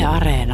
Areena.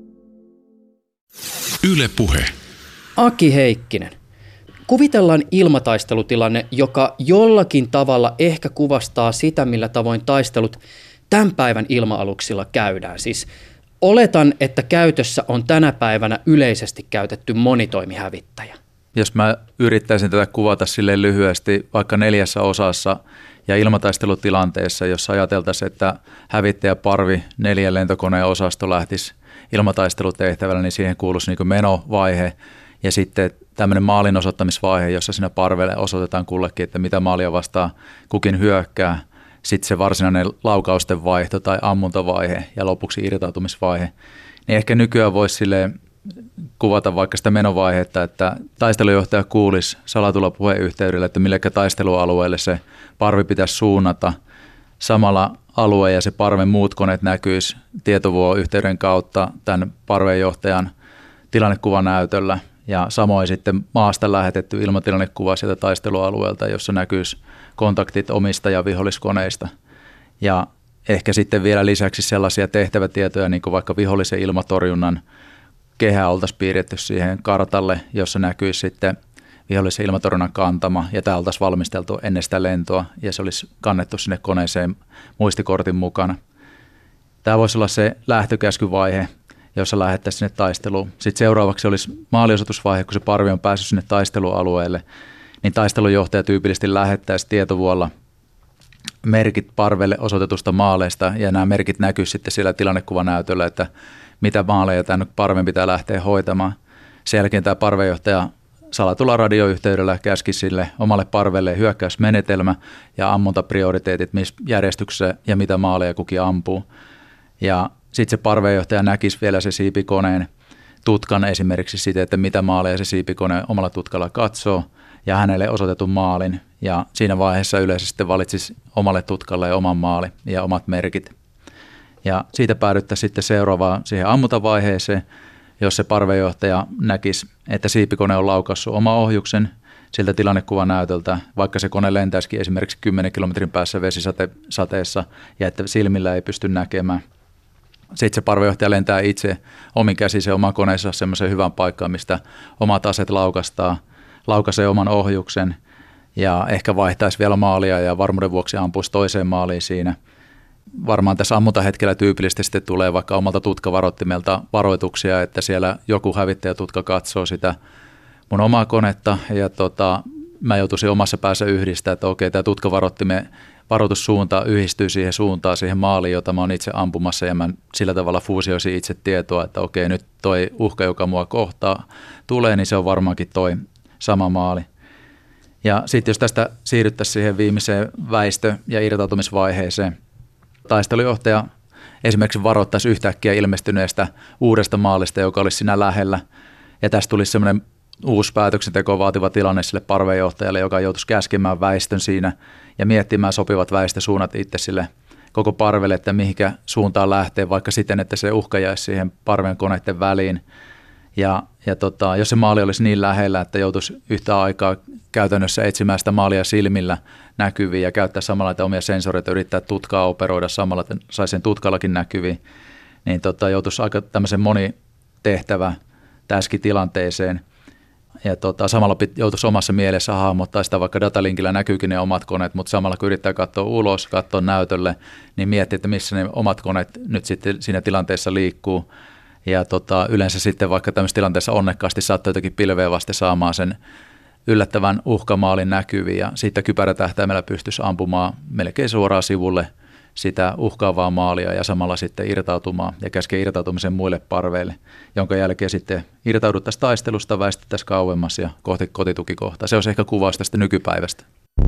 Yle Puhe. Aki Heikkinen. Kuvitellaan ilmataistelutilanne, joka jollakin tavalla ehkä kuvastaa sitä, millä tavoin taistelut tämän päivän ilma-aluksilla käydään. Siis oletan, että käytössä on tänä päivänä yleisesti käytetty monitoimihävittäjä. Jos mä yrittäisin tätä kuvata silleen lyhyesti vaikka 4 osassa ja ilmataistelutilanteessa, jossa ajateltaisiin, että hävittäjäparvi 4 lentokoneen osasto lähtisi ilmataistelutehtävällä, niin siihen kuuluisi niin kuin menovaihe ja sitten tämmöinen maalin osoittamisvaihe, jossa siinä parvelle osoitetaan kullekin, että mitä maalia vastaan kukin hyökkää. Sitten se varsinainen laukausten vaihto tai ammuntavaihe ja lopuksi irtautumisvaihe. Niin ehkä nykyään voisi silleen kuvata vaikka sitä menovaihetta, että taistelujohtaja kuulisi salatulla puheyhteydellä, että millekä taistelualueelle se parvi pitäisi suunnata. Samalla alue ja se parven muut koneet näkyisi tietovuoyhteyden kautta tämän parvenjohtajan tilannekuvanäytöllä. Ja samoin sitten maasta lähetetty ilmatilannekuva sieltä taistelualueelta, jossa näkyisi kontaktit omista ja viholliskoneista. Ja ehkä sitten vielä lisäksi sellaisia tehtävätietoja, niin kuin vaikka vihollisen ilmatorjunnan kehä oltaisiin piirretty siihen kartalle, jossa näkyisi sitten vihollisen ilmatorjunnan kantama, ja tämä oltaisiin valmisteltu ennen sitä lentoa, ja se olisi kannettu sinne koneeseen muistikortin mukana. Tämä voisi olla se lähtökäskyvaihe, jossa lähdettäisiin sinne taisteluun. Sitten seuraavaksi olisi maaliosoitusvaihe, kun se parvi on päässyt sinne taistelualueelle, niin taistelujohtaja tyypillisesti lähettäisi tietovuolla merkit parvelle osoitetusta maaleista, ja nämä merkit näkyy sitten siellä tilannekuvanäytöllä, että mitä maaleja tämän parven pitää lähteä hoitamaan. Sen jälkeen tämä parvenjohtaja salatulla radioyhteydellä käski sille omalle parvelle hyökkäysmenetelmä ja ammuntaprioriteetit, missä järjestyksessä ja mitä maaleja kukin ampuu. Ja sitten se parvenjohtaja näkisi vielä se siipikoneen tutkan esimerkiksi siitä, että mitä maaleja se siipikone omalla tutkalla katsoo ja hänelle osoitetun maalin. Ja siinä vaiheessa yleensä sitten valitsisi omalle tutkalle ja oman maali ja omat merkit. Ja siitä päädyttäisiin sitten seuraavaan siihen ammuntavaiheeseen, jos se parvenjohtaja näkisi, että siipikone on laukaissut oma ohjuksen siltä tilannekuvanäytöltä, vaikka se kone lentäisikin esimerkiksi 10 kilometrin päässä vesisateessa ja että silmillä ei pysty näkemään. Sitten se parvenjohtaja lentää itse omin käsin se oman koneensa semmoiseen hyvään paikkaan, mistä omat aseet laukaisee oman ohjuksen ja ehkä vaihtaisi vielä maalia ja varmuuden vuoksi ampuisi toiseen maaliin siinä. Varmaan tässä ammuntahetkellä tyypillisesti sitten tulee vaikka omalta tutkavaroittimelta varoituksia, että siellä joku hävittäjätutka katsoo sitä mun omaa konetta ja mä joutuisin omassa päässä yhdistämään, että okei, tämä tutkavaroittimen varoitussuunta yhdistyy siihen suuntaan, siihen maaliin, jota mä oon itse ampumassa ja mä sillä tavalla fuusioisin itse tietoa, että okei, nyt toi uhka, joka mua kohtaa tulee, niin se on varmaankin toi sama maali. Ja sitten jos tästä siirryttäisiin siihen viimeiseen väistö- ja irtautumisvaiheeseen, taistelujohtaja esimerkiksi varoittaisi yhtäkkiä ilmestyneestä uudesta maalista, joka olisi siinä lähellä. Ja tästä tulisi semmoinen uusi päätöksenteko vaativa tilanne sille parvenjohtajalle, joka joutuisi käskemään väistön siinä ja miettimään sopivat väistösuunnat itse sille koko parvelle, että mihinkä suuntaan lähtee, vaikka siten, että se uhka jäisi siihen parven koneiden väliin. Ja jos se maali olisi niin lähellä, että joutuisi yhtä aikaa käytännössä etsimään sitä maalia silmillä näkyviin ja käyttää samalla omia sensoreita, yrittää tutkaa operoida samalla, että saisi sen tutkallakin näkyviin, niin joutuisi aika tämmöisen monitehtävä täskitilanteeseen. Ja samalla joutuisi omassa mielessä hahmottaa sitä, vaikka datalinkillä näkyykin ne omat koneet, mutta samalla kun yrittää katsoa ulos, katsoa näytölle, niin miettii, että missä ne omat koneet nyt sitten siinä tilanteessa liikkuu. Ja yleensä sitten vaikka tämmöisessä tilanteessa onnekkaasti saattaa jotakin pilveä vasten saamaan sen yllättävän uhkamaalin näkyviin ja siitä kypärätähtäimellä pystyisi ampumaan melkein suoraan sivulle sitä uhkaavaa maalia ja samalla sitten irtautumaan ja käskee irtautumisen muille parveille, jonka jälkeen sitten irtauduttaisiin taistelusta, väistettäisiin kauemmas ja kohti kotitukikohtaa. Se olisi ehkä kuvaus tästä nykypäivästä.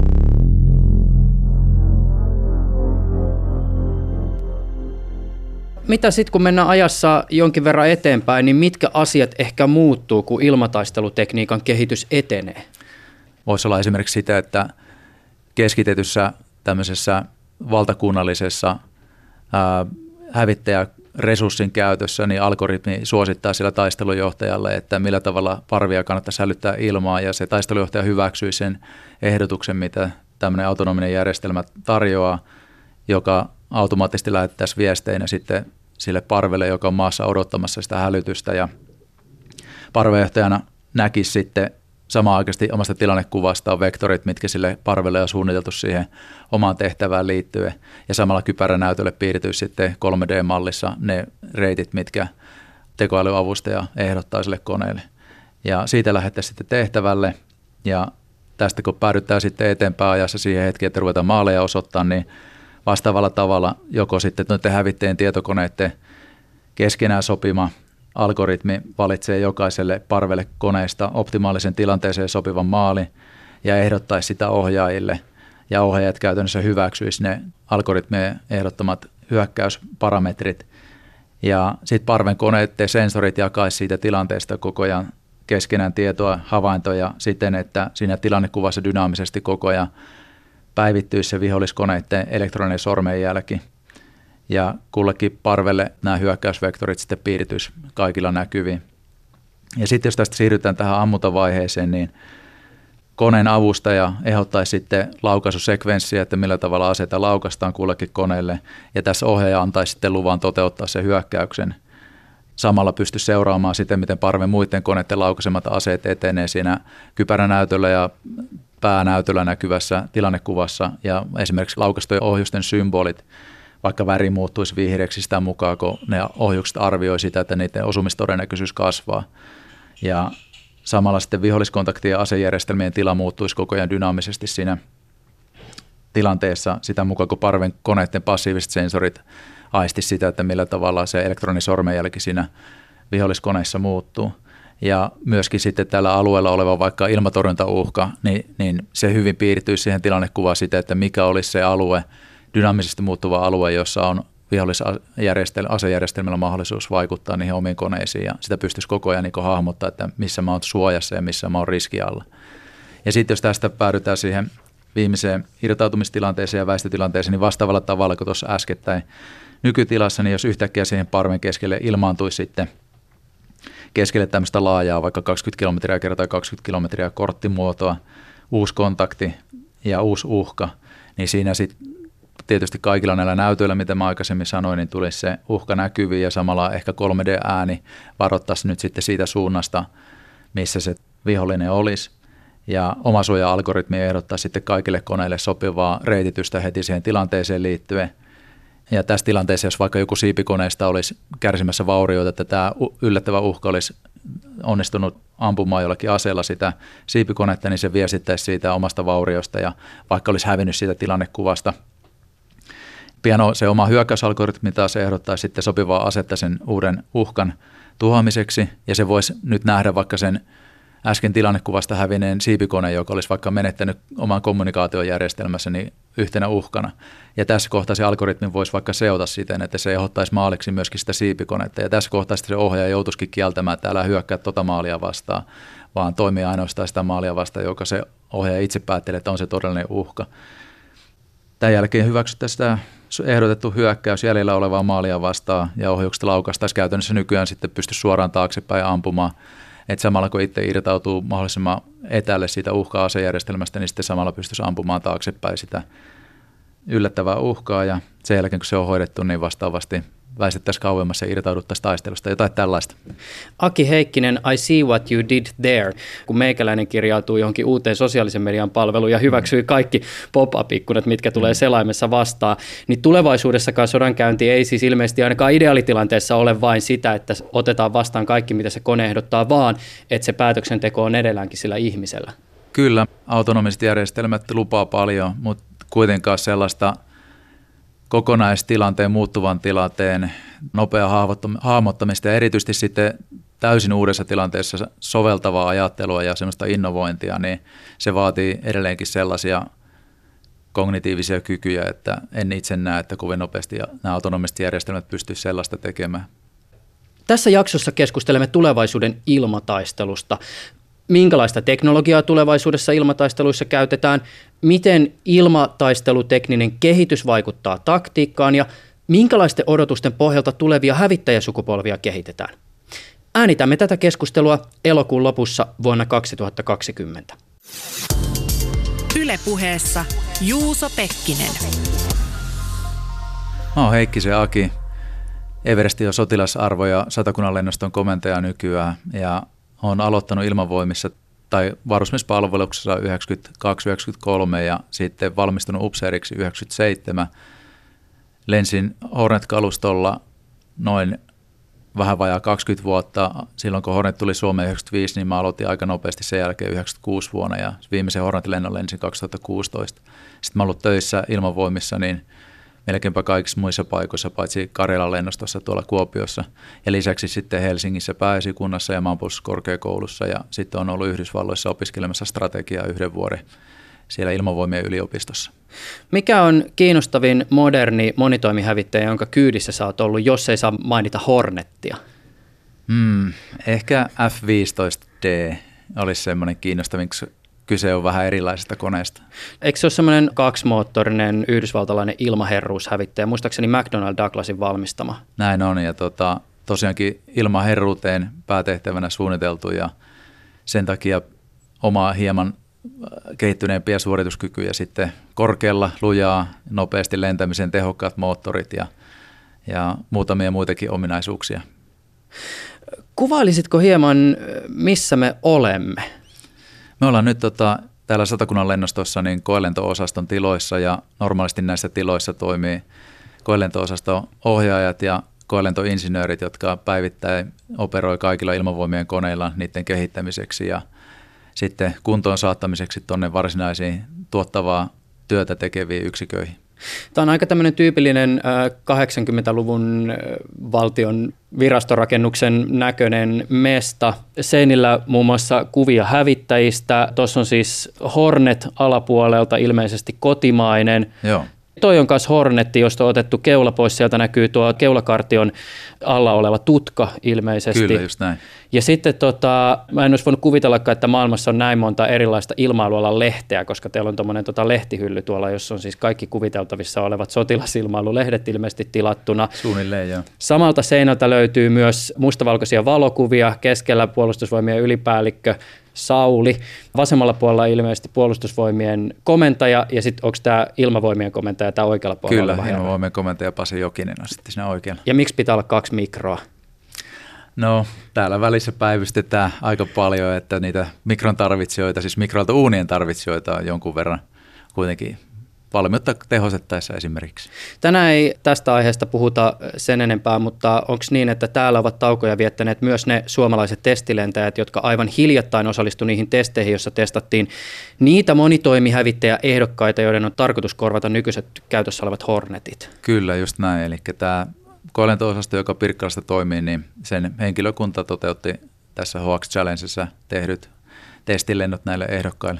Mitä sitten, kun mennään ajassa jonkin verran eteenpäin, niin mitkä asiat ehkä muuttuu, kun ilmataistelutekniikan kehitys etenee? Voisi olla esimerkiksi sitä, että keskitetyssä tämmöisessä valtakunnallisessa hävittäjäresurssin käytössä, niin algoritmi suosittaa sillä taistelujohtajalle, että millä tavalla parvia kannattaa säilyttää ilmaa, ja se taistelujohtaja hyväksyy sen ehdotuksen, mitä tämmöinen autonominen järjestelmä tarjoaa, joka automaattisesti lähettäisiin viesteinä sitten sille parvelle, joka on maassa odottamassa sitä hälytystä, ja parvejohtajana näkisi sitten samaan aikaisesti omasta tilannekuvasta vektorit, mitkä sille parvelle on suunniteltu siihen omaan tehtävään liittyen, ja samalla kypäränäytölle piirtyisi sitten 3D-mallissa ne reitit, mitkä tekoälyavustaja ehdottaa sille koneelle. Ja siitä lähdettäisiin sitten tehtävälle, ja tästä kun päädytään sitten eteenpäin ajassa siihen hetkeen, että ruvetaan maaleja osoittaa, niin vastaavalla tavalla joko sitten noiden hävittäjien tietokoneiden keskenään sopima algoritmi valitsee jokaiselle parvelle koneesta optimaalisen tilanteeseen sopivan maalin ja ehdottaisi sitä ohjaajille, ja ohjaajat käytännössä hyväksyisi ne algoritmien ehdottamat hyökkäysparametrit, ja sitten parven koneiden sensorit jakaisi siitä tilanteesta koko ajan keskenään tietoa, havaintoja siten, että siinä tilannekuvassa dynaamisesti koko ajan päivittyisi se viholliskoneiden elektroninen sormenjälki, ja kullekin parvelle nämä hyökkäysvektorit sitten piirtyisi kaikilla näkyviin. Ja sitten jos tästä siirrytään tähän ammuntavaiheeseen, niin koneen avustaja ehdottaisi sitten laukaisusekvenssiä, että millä tavalla aseita laukaistaan kullekin koneelle, ja tässä ohjaaja antaisi sitten luvan toteuttaa sen hyökkäyksen. Samalla pystyisi seuraamaan sitten, miten parven muiden koneiden laukaisemat aseet etenee siinä kypäränäytöllä ja päänäytöllä näkyvässä tilannekuvassa, ja esimerkiksi laukaistujen ohjusten symbolit, vaikka väri muuttuisi vihreäksi sitä mukaan, kun ne ohjukset arvioi sitä, että niiden osumistodennäköisyys kasvaa. Ja samalla sitten viholliskontaktien ja asejärjestelmien tila muuttuisi koko ajan dynaamisesti siinä tilanteessa sitä mukaan, kun parven koneiden passiiviset sensorit aistisi sitä, että millä tavalla se elektroninen sormenjälki siinä viholliskoneissa muuttuu. Ja myöskin sitten tällä alueella oleva vaikka ilmatorjuntauhka, niin se hyvin piirtyy siihen tilannekuvaan sitä, että mikä olisi se alue, dynaamisesti muuttuva alue, jossa on vihollisasejärjestelmällä mahdollisuus vaikuttaa niihin omiin koneisiin, ja sitä pystyisi koko ajan niin hahmottaa, että missä mä oon suojassa ja missä mä oon riski alla. Ja sitten jos tästä päädytään siihen viimeiseen irtautumistilanteeseen ja väistötilanteeseen, niin vastaavalla tavalla kuin tuossa äskettäin nykytilassa, niin jos yhtäkkiä siihen parven keskelle ilmaantuisi sitten keskelle tämmöistä laajaa, vaikka 20 kilometriä kertaa 20 kilometriä korttimuotoa, uusi kontakti ja uusi uhka, niin siinä sitten tietysti kaikilla näillä näytöillä, mitä mä aikaisemmin sanoin, niin tulisi se uhka näkyviin, ja samalla ehkä 3D-ääni varoittaisi nyt sitten siitä suunnasta, missä se vihollinen olisi. Ja omasuoja-algoritmi ehdottaa sitten kaikille koneille sopivaa reititystä heti siihen tilanteeseen liittyen. Ja tässä tilanteessa, jos vaikka joku siipikoneesta olisi kärsimässä vaurioita, että tämä yllättävä uhka olisi onnistunut ampumaan jollakin aseella sitä siipikonetta, niin se viestittäisi siitä omasta vauriosta, ja vaikka olisi hävinnyt siitä tilannekuvasta. Pian se oma hyökkäysalgoritmi taas ehdottaa sitten sopivaa asetta sen uuden uhkan tuhoamiseksi, ja se voisi nyt nähdä vaikka sen äsken tilannekuvasta hävineen siipikone, joka olisi vaikka menettänyt oman kommunikaatiojärjestelmässä niin yhtenä uhkana. Ja tässä kohtaa se algoritmi voisi vaikka seota siten, että se ehdottaisi maaliksi myöskin sitä siipikonetta, ja tässä kohtaa se ohjaaja joutuisikin kieltämään, että älä hyökkää tuota maalia vastaan, vaan toimii ainoastaan sitä maalia vastaan, joka se ohjaaja itse päättelee, että on se todellinen uhka. Tämän jälkeen hyväksyttäisiin tämä ehdotettu hyökkäys jäljellä olevaa maalia vastaan, ja ohjukset laukaistaisiin käytännössä nykyään sitten pysty suoraan taaksepäin ampumaan. Että samalla kun itse irtautuu mahdollisimman etäälle siitä uhka-asejärjestelmästä, niin sitten samalla pystyisi ampumaan taaksepäin sitä yllättävää uhkaa, ja sen jälkeen kun se on hoidettu, niin vastaavasti väistettäisiin kauemmassa ja irtauduttaisiin taistelusta, jotain tällaista. Aki Heikkinen, I see what you did there. Kun meikäläinen kirjautuu johonkin uuteen sosiaalisen median palveluun ja hyväksyi kaikki pop-up-ikkunat, mitkä tulee selaimessa vastaan, niin tulevaisuudessakaan sodankäynti ei siis ilmeisesti ainakaan ideaalitilanteessa ole vain sitä, että otetaan vastaan kaikki, mitä se kone ehdottaa, vaan että se päätöksenteko on edelläänkin sillä ihmisellä. Kyllä, autonomiset järjestelmät lupaa paljon, mutta kuitenkaan sellaista kokonaistilanteen, muuttuvan tilanteen, nopeaa hahmottamista ja erityisesti sitten täysin uudessa tilanteessa soveltavaa ajattelua ja semmoista innovointia, niin se vaatii edelleenkin sellaisia kognitiivisia kykyjä, että en itse näe, että kovin nopeasti nämä autonomiset järjestelmät pystyisivät sellaista tekemään. Tässä jaksossa keskustelemme tulevaisuuden ilmataistelusta. Minkälaista teknologiaa tulevaisuudessa ilmataisteluissa käytetään, miten ilmataistelutekninen kehitys vaikuttaa taktiikkaan ja minkälaisten odotusten pohjalta tulevia hävittäjäsukupolvia kehitetään. Äänitämme tätä keskustelua elokuun lopussa vuonna 2020. Yle Puheessa Juuso Pekkinen. Mä oon Heikkisen Aki, Everestin sotilasarvo ja Satakunnan lennoston komentaja nykyään ja olen aloittanut ilmavoimissa tai varusmiespalveluksessa 92-93 ja sitten valmistunut upseeriksi 97. Lensin Hornet-kalustolla noin vähän vajaa 20 vuotta. Silloin kun Hornet tuli Suomeen 95, niin mä aloitin aika nopeasti sen jälkeen 96 vuonna ja viimeisen Hornet-lennon lensin 2016. Sitten mä ollut töissä ilmavoimissa niin melkeinpä kaikissa muissa paikoissa, paitsi Karjalan lennostossa tuolla Kuopiossa. Ja lisäksi sitten Helsingissä pääesikunnassa ja maanpuolustuskorkeakoulussa ja sitten on ollut Yhdysvalloissa opiskelemassa strategiaa 1 vuoden siellä ilmavoimien yliopistossa. Mikä on kiinnostavin moderni monitoimihävittäjä, jonka kyydissä sä oot ollut, jos ei saa mainita Hornettia? Ehkä F-15D olisi semmoinen kiinnostavin, kyse on vähän erilaisesta koneesta. Eikö se ole semmoinen kaksimoottorinen yhdysvaltalainen ilmaherruushävittäjä, muistaakseni McDonnell Douglasin valmistama? Näin on ja tosiaankin ilmaherruuteen päätehtävänä suunniteltu ja sen takia omaa hieman kehittyneempiä suorituskykyjä sitten korkealla, lujaa, nopeasti lentämisen tehokkaat moottorit ja muutamia muitakin ominaisuuksia. Kuvailisitko hieman, missä me olemme? Me ollaan nyt täällä Satakunnan lennostossa niin koelento-osaston tiloissa ja normaalisti näissä tiloissa toimii koelento-osaston ohjaajat ja koelentoinsinöörit, jotka päivittäin operoi kaikilla ilmavoimien koneilla niiden kehittämiseksi ja sitten kuntoon saattamiseksi tuonne varsinaisiin tuottavaa työtä tekeviin yksiköihin. Tämä on aika tämmöinen tyypillinen 80-luvun valtion virastorakennuksen näköinen mesta. Seinillä muun muassa kuvia hävittäjistä. Tuossa on siis Hornet alapuolelta, ilmeisesti kotimainen. Joo. Toi on myös Hornetti, josta on otettu keula pois. Sieltä näkyy tuo keulakartion alla oleva tutka ilmeisesti. Kyllä, just näin. Ja sitten mä en olisi voinut kuvitellakaan, että maailmassa on näin monta erilaista ilmailualan lehteä, koska teillä on tuommoinen lehtihylly tuolla, jossa on siis kaikki kuviteltavissa olevat sotilasilmailulehdet ilmeisesti tilattuna. Suunnilleen, joo. Samalta seinältä löytyy myös mustavalkoisia valokuvia, keskellä puolustusvoimien ylipäällikkö Sauli. Vasemmalla puolella ilmeisesti puolustusvoimien komentaja ja sitten onko tämä ilmavoimien komentaja tämä oikealla puolella? Kyllä, ilmavoimien komentaja Pasi Jokinen on sitten siinä oikealla. Ja miksi pitää olla 2 mikroa? No, täällä välissä päivystetään aika paljon, että niitä mikron tarvitsijoita, siis mikroaaltouunien tarvitsijoita on jonkun verran kuitenkin valmiutta tehostettaessa esimerkiksi. Tänään ei tästä aiheesta puhuta sen enempää, mutta onko niin, että täällä ovat taukoja viettäneet myös ne suomalaiset testilentäjät, jotka aivan hiljattain osallistuivat niihin testeihin, joissa testattiin niitä monitoimihävittäjäehdokkaita, joiden on tarkoitus korvata nykyiset käytössä olevat Hornetit? Kyllä, just näin. Eli tämä koelento-osasto, joka Pirkkalasta toimii, niin sen henkilökunta toteutti tässä HX Challengessa tehdyt testilennot näille ehdokkaille.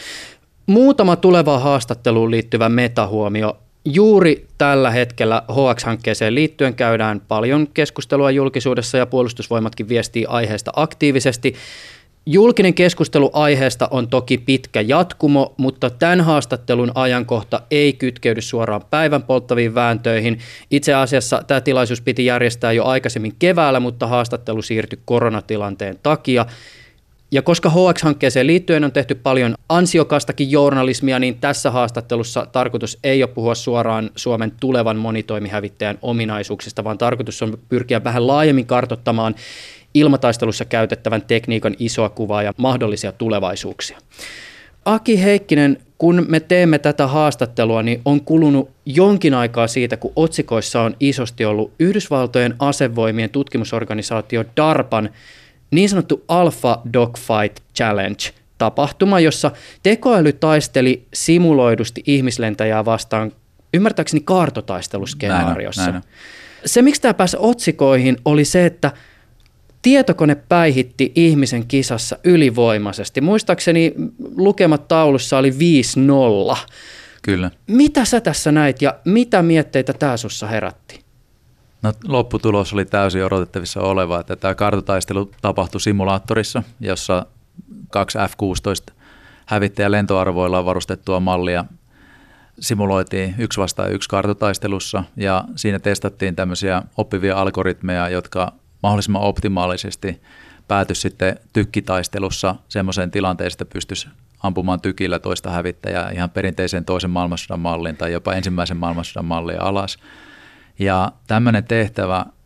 Muutama tulevaan haastatteluun liittyvä metahuomio. Juuri tällä hetkellä HX-hankkeeseen liittyen käydään paljon keskustelua julkisuudessa ja Puolustusvoimatkin viestii aiheesta aktiivisesti. Julkinen keskustelu aiheesta on toki pitkä jatkumo, mutta tämän haastattelun ajankohta ei kytkeydy suoraan päivän polttaviin vääntöihin. Itse asiassa tämä tilaisuus piti järjestää jo aikaisemmin keväällä, mutta haastattelu siirtyi koronatilanteen takia. Ja koska HX-hankkeeseen liittyen on tehty paljon ansiokastakin journalismia, niin tässä haastattelussa tarkoitus ei ole puhua suoraan Suomen tulevan monitoimihävittäjän ominaisuuksista, vaan tarkoitus on pyrkiä vähän laajemmin kartoittamaan ilmataistelussa käytettävän tekniikan isoa kuvaa ja mahdollisia tulevaisuuksia. Aki Heikkinen, kun me teemme tätä haastattelua, niin on kulunut jonkin aikaa siitä, kun otsikoissa on isosti ollut Yhdysvaltojen asevoimien tutkimusorganisaatio DARPAn niin sanottu Alpha Dogfight Challenge-tapahtuma, jossa tekoäly taisteli simuloidusti ihmislentäjää vastaan, ymmärtääkseni kaartotaisteluskenaariossa. Näin. Se, miksi tämä pääsi otsikoihin, oli se, että tietokone päihitti ihmisen kisassa ylivoimaisesti. Muistaakseni lukemat taulussa oli 5-0. Kyllä. Mitä sä tässä näit ja mitä mietteitä tämä sussa herätti? No, lopputulos oli täysin odotettavissa oleva, että tämä kartotaistelu tapahtui simulaattorissa, jossa 2 F-16 hävittäjä lentoarvoilla varustettua mallia simuloitiin 1 vastaan 1 kartotaistelussa ja siinä testattiin tämmöisiä oppivia algoritmeja, jotka mahdollisimman optimaalisesti päätyi sitten tykkitaistelussa semmoiseen tilanteeseen, että pystyisi ampumaan tykillä toista hävittäjää ihan perinteiseen toisen maailmansodan malliin tai jopa ensimmäisen maailmansodan malliin alas. Ja tämmöinen tehtävä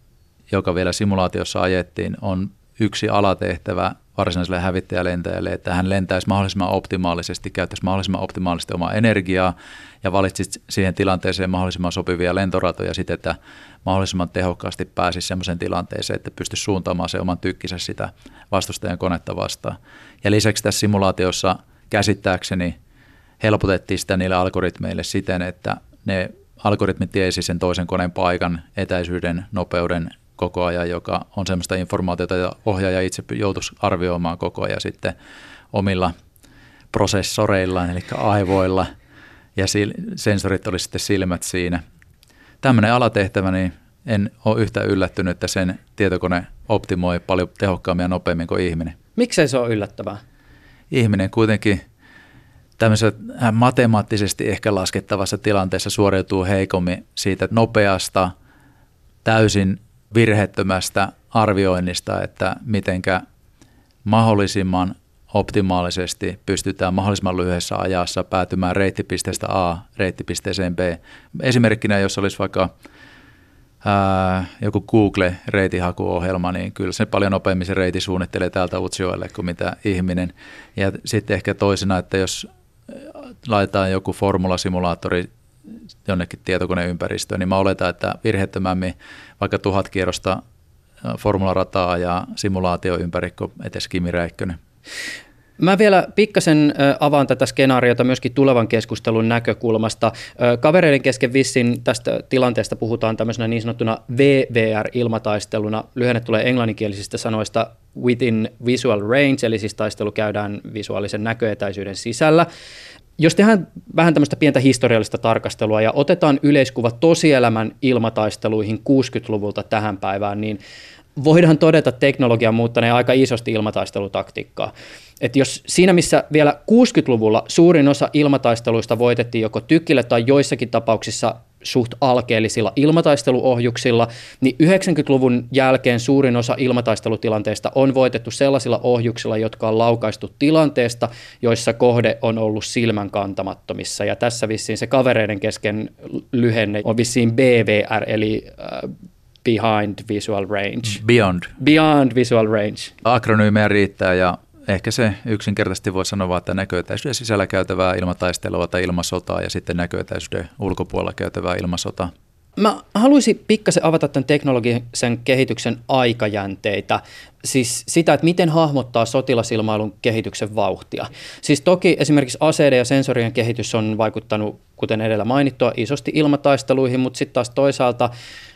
joka vielä simulaatiossa ajettiin, on yksi alatehtävä varsinaiselle hävittäjälentäjälle, että hän lentäisi mahdollisimman optimaalisesti, käyttäisi mahdollisimman optimaalisesti omaa energiaa ja valitsisi siihen tilanteeseen mahdollisimman sopivia lentoratoja siten, että mahdollisimman tehokkaasti pääsisi sellaiseen tilanteeseen, että pystyisi suuntaamaan se oman tykkinsä sitä vastustajan konetta vastaan. Ja lisäksi tässä simulaatiossa käsittääkseni helpotettiin sitä niille algoritmeille siten, että ne algoritmit tiesi sen toisen koneen paikan, etäisyyden, nopeuden koko ajan, joka on semmoista informaatiota, jota ohjaaja itse joutuisi arvioimaan koko ajan sitten omilla prosessoreillaan, eli aivoilla, ja sensorit oli sitten silmät siinä. Tämmöinen alatehtävä, niin en ole yhtä yllättynyt, että sen tietokone optimoi paljon tehokkaammin ja nopeammin kuin ihminen. Miksei se ole yllättävää? Ihminen kuitenkin tämmöisessä matemaattisesti ehkä laskettavassa tilanteessa suoriutuu heikommin siitä nopeasta, täysin virheettömästä arvioinnista, että mitenkä mahdollisimman optimaalisesti pystytään mahdollisimman lyhyessä ajassa päätymään reittipisteestä A reittipisteeseen B. Esimerkkinä, jos olisi vaikka joku Google-reitihakuohjelma, niin kyllä se paljon nopeammin se reiti suunnittelee täältä Utsjoelle kuin mitä ihminen. Ja sitten ehkä toisena, että jos laitetaan joku formulasimulaattori jonnekin tietokoneympäristöön, niin mä oletan, että virheettömämmin vaikka 1000 kierrosta formularataa ja simulaatio ympäri kuin etes Kimi Räikkönen. Mä vielä pikkasen avaan tätä skenaariota myöskin tulevan keskustelun näkökulmasta. Kavereiden kesken vissiin tästä tilanteesta puhutaan tämmöisenä niin sanottuna VVR-ilmataisteluna. Lyhenne tulee englanninkielisistä sanoista within visual range, eli siis taistelu käydään visuaalisen näköetäisyyden sisällä. Jos tehdään vähän tämmöistä pientä historiallista tarkastelua ja otetaan yleiskuva tosielämän ilmataisteluihin 60-luvulta tähän päivään, niin voidaan todeta teknologian muuttaneen aika isosti ilmataistelutaktiikkaa. Et jos siinä, missä vielä 60-luvulla suurin osa ilmataisteluista voitettiin joko tykillä tai joissakin tapauksissa suht alkeellisilla ilmataisteluohjuksilla, niin 90-luvun jälkeen suurin osa ilmataistelutilanteista on voitettu sellaisilla ohjuksilla, jotka on laukaistu tilanteesta, joissa kohde on ollut silmän kantamattomissa. Ja tässä vissiin se kavereiden kesken lyhenne on vissiin BVR, eli Behind Visual Range. Beyond Visual Range. Akronyymeja riittää ja ehkä se yksinkertaisesti voi sanoa, että näköetäisyyden sisällä käytävää ilmataistelua tai ilmasotaa ja sitten näköetäisyyden ulkopuolella käytävää ilmasotaa. Mä haluaisin pikkasen avata tämän teknologisen kehityksen aikajänteitä, siis sitä, että miten hahmottaa sotilasilmailun kehityksen vauhtia. Siis toki esimerkiksi aseiden ja sensorien kehitys on vaikuttanut, kuten edellä mainittua, isosti ilmataisteluihin, mutta sitten taas toisaalta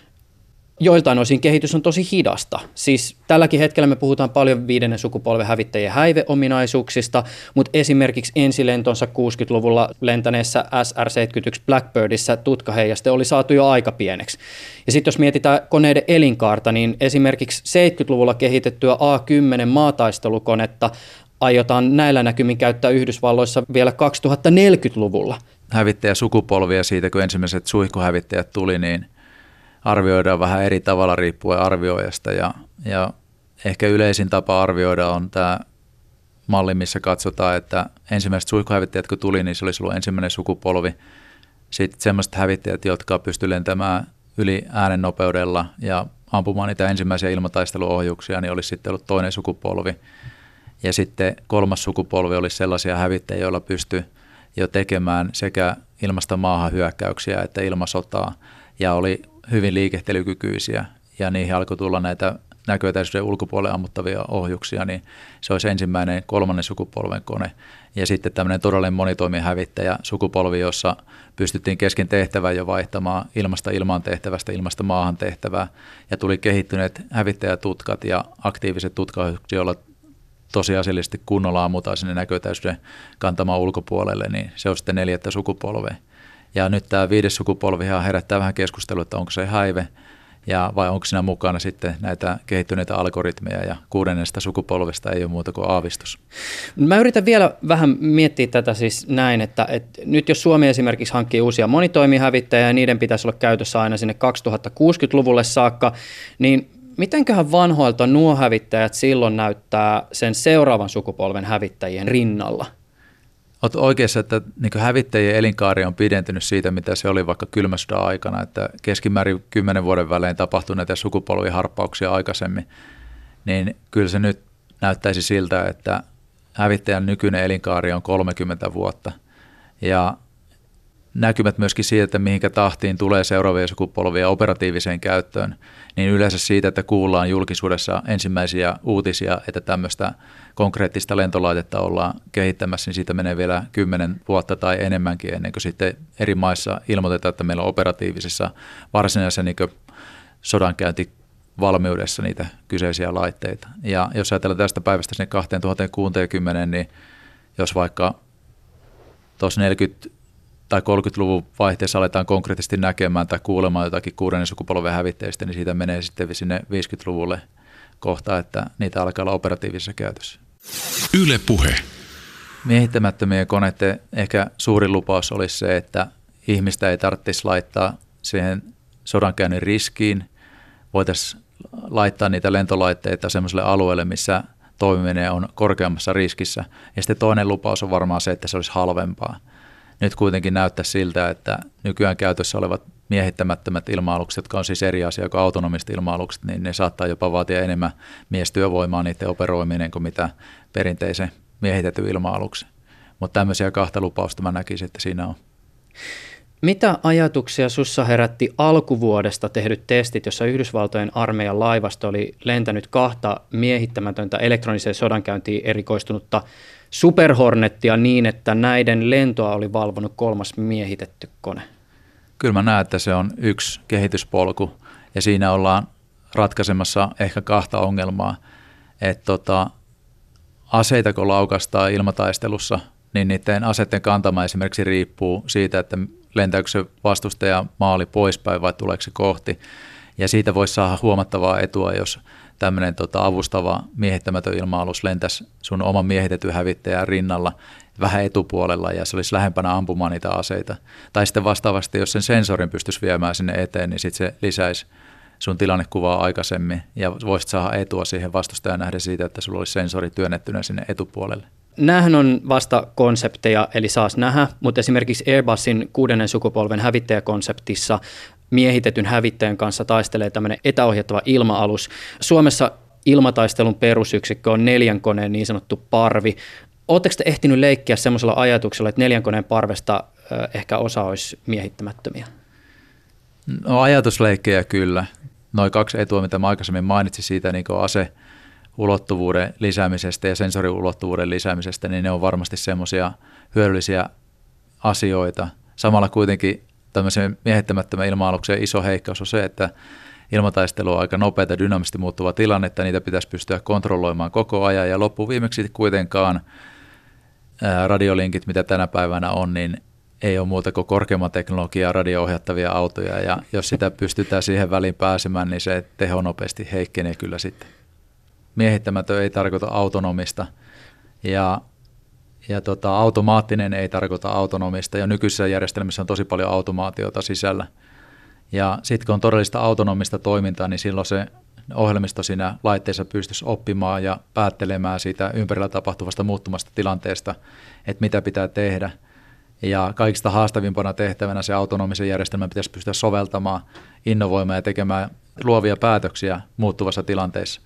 joiltain osin kehitys on tosi hidasta. Siis tälläkin hetkellä me puhutaan paljon 5. sukupolven hävittäjien häiveominaisuuksista, mutta esimerkiksi ensilentonsa 60-luvulla lentäneessä SR-71 Blackbirdissä tutkaheijaste oli saatu jo aika pieneksi. Ja sitten jos mietitään koneiden elinkaarta, niin esimerkiksi 70-luvulla kehitettyä A-10 maataistelukonetta aiotaan näillä näkymin käyttää Yhdysvalloissa vielä 2040-luvulla. Hävittäjäsukupolvia siitä, kun ensimmäiset suihkuhävittäjät tuli, niin arvioidaan vähän eri tavalla riippuen arvioijasta ja ehkä yleisin tapa arvioida on tämä malli, missä katsotaan, että ensimmäiset suihkuhävittäjät kun tuli, niin se olisi ollut ensimmäinen sukupolvi. Sitten sellaiset hävittäjät, jotka pystyivät lentämään yli äänennopeudella ja ampumaan niitä ensimmäisiä ilmataisteluohjuksia, niin olisi sitten ollut toinen sukupolvi. Ja sitten 3. sukupolvi olisi sellaisia hävittäjiä, joilla pystyi jo tekemään sekä ilmasta maahan hyökkäyksiä että ilmasotaa ja oli hyvin liikehtelykykyisiä ja niihin alkoi tulla näitä näköetäisyyden ulkopuolelle ammuttavia ohjuksia, niin se olisi ensimmäinen 3. sukupolven kone. Ja sitten tämmöinen todellinen monitoimihävittäjä sukupolvi, jossa pystyttiin kesken tehtävää jo vaihtamaan ilmasta ilmaan tehtävästä ilmasta maahan tehtävää ja tuli kehittyneet hävittäjätutkat ja aktiiviset tutkaohjukset, joilla tosiasiallisesti kunnolla ammutaan sinne näköetäisyyden kantamaan ulkopuolelle, niin se on sitten 4. sukupolvea. Ja nyt tämä 5. sukupolvi herättää vähän keskustelua, että onko se häive vai onko siinä mukana sitten näitä kehittyneitä algoritmeja ja 6. sukupolvesta ei ole muuta kuin aavistus. Mä yritän vielä vähän miettiä tätä siis näin, että nyt jos Suomi esimerkiksi hankkii uusia monitoimihävittäjiä ja niiden pitäisi olla käytössä aina sinne 2060-luvulle saakka, niin mitenköhän vanhoilta nuo hävittäjät silloin näyttää sen seuraavan sukupolven hävittäjien rinnalla? Olet oikeassa, että niin hävittäjien elinkaari on pidentynyt siitä, mitä se oli vaikka kylmän sodan aikana, että keskimäärin 10 vuoden välein tapahtui näitä sukupolvien harppauksia aikaisemmin, niin kyllä se nyt näyttäisi siltä, että hävittäjän nykyinen elinkaari on 30 vuotta. Ja näkymät myöskin siitä, että mihinkä tahtiin tulee seuraavia sukupolvia operatiiviseen käyttöön, niin yleensä siitä, että kuullaan julkisuudessa ensimmäisiä uutisia, että tämmöistä konkreettista lentolaitetta ollaan kehittämässä, niin siitä menee vielä 10 vuotta tai enemmänkin ennen kuin sitten eri maissa ilmoitetaan, että meillä on operatiivisessa varsinaisessa niin sodankäyntivalmiudessa niitä kyseisiä laitteita. Ja jos ajatellaan tästä päivästä sinne 2060, niin jos vaikka tuossa 40 tai 30-luvun vaihteessa aletaan konkreettisesti näkemään tai kuulemaan jotakin 6. sukupolven hävittäjistä, niin siitä menee sitten sinne 50-luvulle kohta, että niitä alkaa olla operatiivisessa käytössä. Yle Puhe. Miehittämättömien koneiden ehkä suurin lupaus olisi se, että ihmistä ei tarvitsisi laittaa siihen sodankäynnin riskiin. Voitaisiin laittaa niitä lentolaitteita sellaiselle alueelle, missä toimiminen on korkeammassa riskissä. Ja sitten toinen lupaus on varmaan se, että se olisi halvempaa. Nyt kuitenkin näyttää siltä, että nykyään käytössä olevat miehittämättömät ilma-alukset, jotka on siis eri asia kuin autonomiset ilma-alukset, niin ne saattaa jopa vaatia enemmän miestyövoimaa niiden operoiminen kuin mitä perinteisen miehitetyn ilma-aluksen. Mutta tämmöisiä kahta lupausta mä näkisin, että siinä on. Mitä ajatuksia sussa herätti alkuvuodesta tehdyt testit, jossa Yhdysvaltojen armeijan laivasto oli lentänyt 2 miehittämätöntä elektroniseen sodankäyntiin erikoistunutta Super Hornetia niin, että näiden lentoa oli valvonut 3. miehitetty kone? Kyllä mä näen, että se on yksi kehityspolku ja siinä ollaan ratkaisemassa ehkä 2 ongelmaa. Että aseita kun laukaistaan ilmataistelussa, niin niiden aseiden kantama esimerkiksi riippuu siitä, että lentääkö se vastustaja maali poispäin vai tuleeko se kohti. Ja siitä voisi saada huomattavaa etua, jos tämmöinen avustava miehittämätön ilma-alus lentäisi sun oman miehitetyn hävittäjän rinnalla vähän etupuolella ja se olisi lähempänä ampumaan niitä aseita. Tai sitten vastaavasti, jos sen sensorin pystyisi viemään sinne eteen, niin sitten se lisäisi sun tilannekuvaa aikaisemmin ja voisit saada etua siihen vastustajan nähden siitä, että sulla olisi sensori työnnettynä sinne etupuolelle. Nämähän on vasta konsepteja, eli saas nähdä, mutta esimerkiksi Airbusin 6. sukupolven hävittäjäkonseptissa miehitetyn hävittäjän kanssa taistelee tämmöinen etäohjattava ilma-alus. Suomessa ilmataistelun perusyksikkö on 4 koneen niin sanottu parvi. Oletteko te ehtinyt leikkiä semmoisella ajatuksella, että 4 koneen parvesta ehkä osa olisi miehittämättömiä? No ajatusleikkejä kyllä. Noin 2 etua, mitä mä aikaisemmin mainitsin siitä niin aseulottuvuuden lisäämisestä ja sensoriulottuvuuden lisäämisestä, niin ne on varmasti semmoisia hyödyllisiä asioita. Samalla kuitenkin tämmöisen miehittämättömän ilma-aluksen iso heikkous on se, että ilmataistelu on aika nopeata, dynaamisesti muuttuva tilanne, että niitä pitäisi pystyä kontrolloimaan koko ajan ja loppuviimeksi kuitenkaan radiolinkit, mitä tänä päivänä on, niin ei ole muuta kuin korkeamman teknologiaa radio-ohjattavia autoja ja jos sitä pystytään siihen väliin pääsemään, niin se teho nopeasti heikkenee kyllä sitten. Miehittämätön ei tarkoita autonomista ja automaattinen ei tarkoita autonomista ja nykyisessä järjestelmissä on tosi paljon automaatiota sisällä. Ja sitten kun on todellista autonomista toimintaa, niin silloin se ohjelmisto siinä laitteessa pystyisi oppimaan ja päättelemään siitä ympärillä tapahtuvasta muuttumasta tilanteesta, että mitä pitää tehdä. Ja kaikista haastavimpana tehtävänä se autonomisen järjestelmän pitäisi pystyä soveltamaan, innovoimaan ja tekemään luovia päätöksiä muuttuvassa tilanteessa.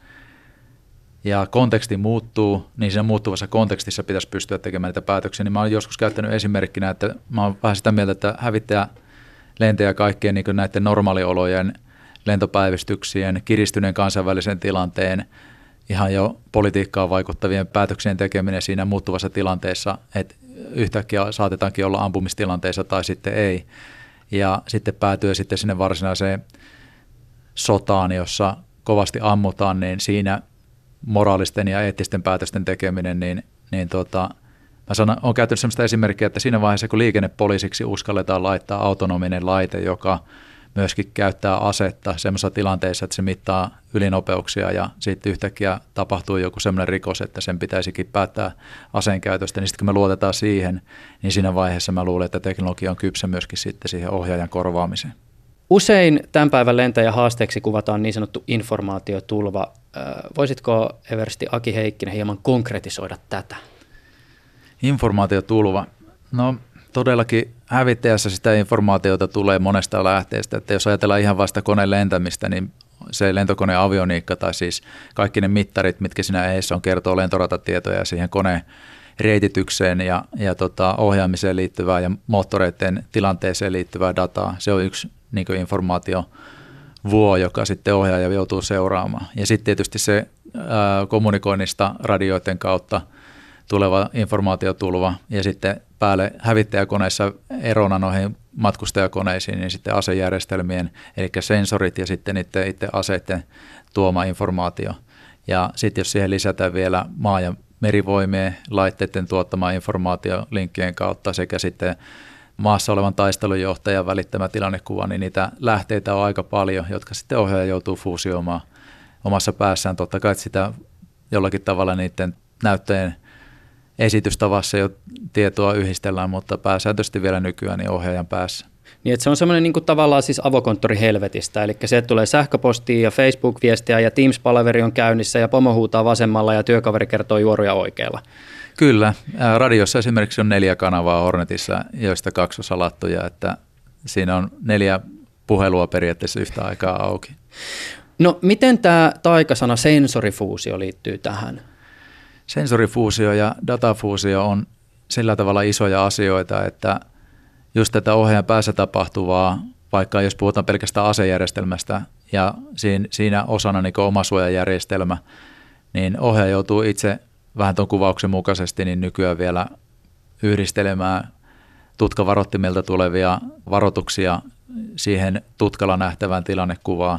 Ja konteksti muuttuu, niin siinä muuttuvassa kontekstissa pitäisi pystyä tekemään niitä päätöksiä. Niin mä olen joskus käyttänyt esimerkkinä, että mä olen vähän sitä mieltä, että hävittäjä lentäjä kaikkien niin näiden normaaliolojen lentopäivystyksien, kiristyneen kansainvälisen tilanteen, ihan jo politiikkaan vaikuttavien päätöksien tekeminen siinä muuttuvassa tilanteessa, että yhtäkkiä saatetaankin olla ampumistilanteessa tai sitten ei. Ja sitten päätyy sitten sinne varsinaiseen sotaan, jossa kovasti ammutaan, niin moraalisten ja eettisten päätösten tekeminen, mä olen käyttänyt sellaista esimerkkiä, että siinä vaiheessa, kun liikennepoliisiksi uskalletaan laittaa autonominen laite, joka myöskin käyttää asetta sellaisessa tilanteessa, että se mittaa ylinopeuksia ja sitten yhtäkkiä tapahtuu joku sellainen rikos, että sen pitäisikin päättää aseen käytöstä, niin sitten kun me luotetaan siihen, niin siinä vaiheessa mä luulen, että teknologia on kypsä myöskin sitten siihen ohjaajan korvaamiseen. Usein tämän päivän lentäjän haasteeksi kuvataan niin sanottu informaatiotulva. Voisitko eversti Aki Heikkinen hieman konkretisoida tätä? Informaatiotulva. No todellakin hävittäjässä sitä informaatiota tulee monesta lähteestä. Että jos ajatellaan ihan vasta koneen lentämistä, niin se lentokoneen avioniikka tai siis kaikki ne mittarit, mitkä siinä edessä on, kertoo lentoratatietoja siihen koneen reititykseen ja ohjaamiseen liittyvää ja moottoreiden tilanteeseen liittyvää dataa. Se on yksi niin kuin informaatiovuo, joka sitten ohjaaja joutuu seuraamaan. Ja sitten tietysti se kommunikoinnista radioiden kautta tuleva informaatiotulva ja sitten päälle hävittäjäkoneissa erona noihin matkustajakoneisiin, niin sitten asejärjestelmien, eli sensorit ja sitten niiden itse aseiden tuoma informaatio. Ja sitten jos siihen lisätään vielä maa- ja merivoimien laitteiden tuottama informaatio linkkien kautta sekä sitten maassa olevan taistelujohtajan välittämä tilannekuva, niin niitä lähteitä on aika paljon, jotka sitten ohjaaja joutuu fuusioimaan omassa päässään. Totta kai sitä jollakin tavalla niiden näyttöjen esitystavassa jo tietoa yhdistellään, mutta pääsääntöisesti vielä nykyään niin ohjaajan päässä. Niin, että se on semmoinen niin kuin tavallaan siis avokonttori helvetistä, eli se tulee sähköpostia ja Facebook-viestiä ja Teams-palaveri on käynnissä ja pomo huutaa vasemmalla ja työkaveri kertoo juoruja oikealla. Kyllä. Radiossa esimerkiksi on 4 kanavaa Hornetissa, joista 2 on salattuja, että siinä on 4 puhelua periaatteessa yhtä aikaa auki. No miten tämä taikasana sensorifuusio liittyy tähän? Sensorifuusio ja datafuusio on sillä tavalla isoja asioita, että just tätä ohjaajan päässä tapahtuvaa, vaikka jos puhutaan pelkästään asejärjestelmästä ja siinä osana niin omasuojajärjestelmä, niin ohjaaja joutuu itse vähän tuon kuvauksen mukaisesti niin nykyään vielä yhdistelemään tutkavarottimilta tulevia varoituksia siihen tutkalla nähtävään tilannekuvaan.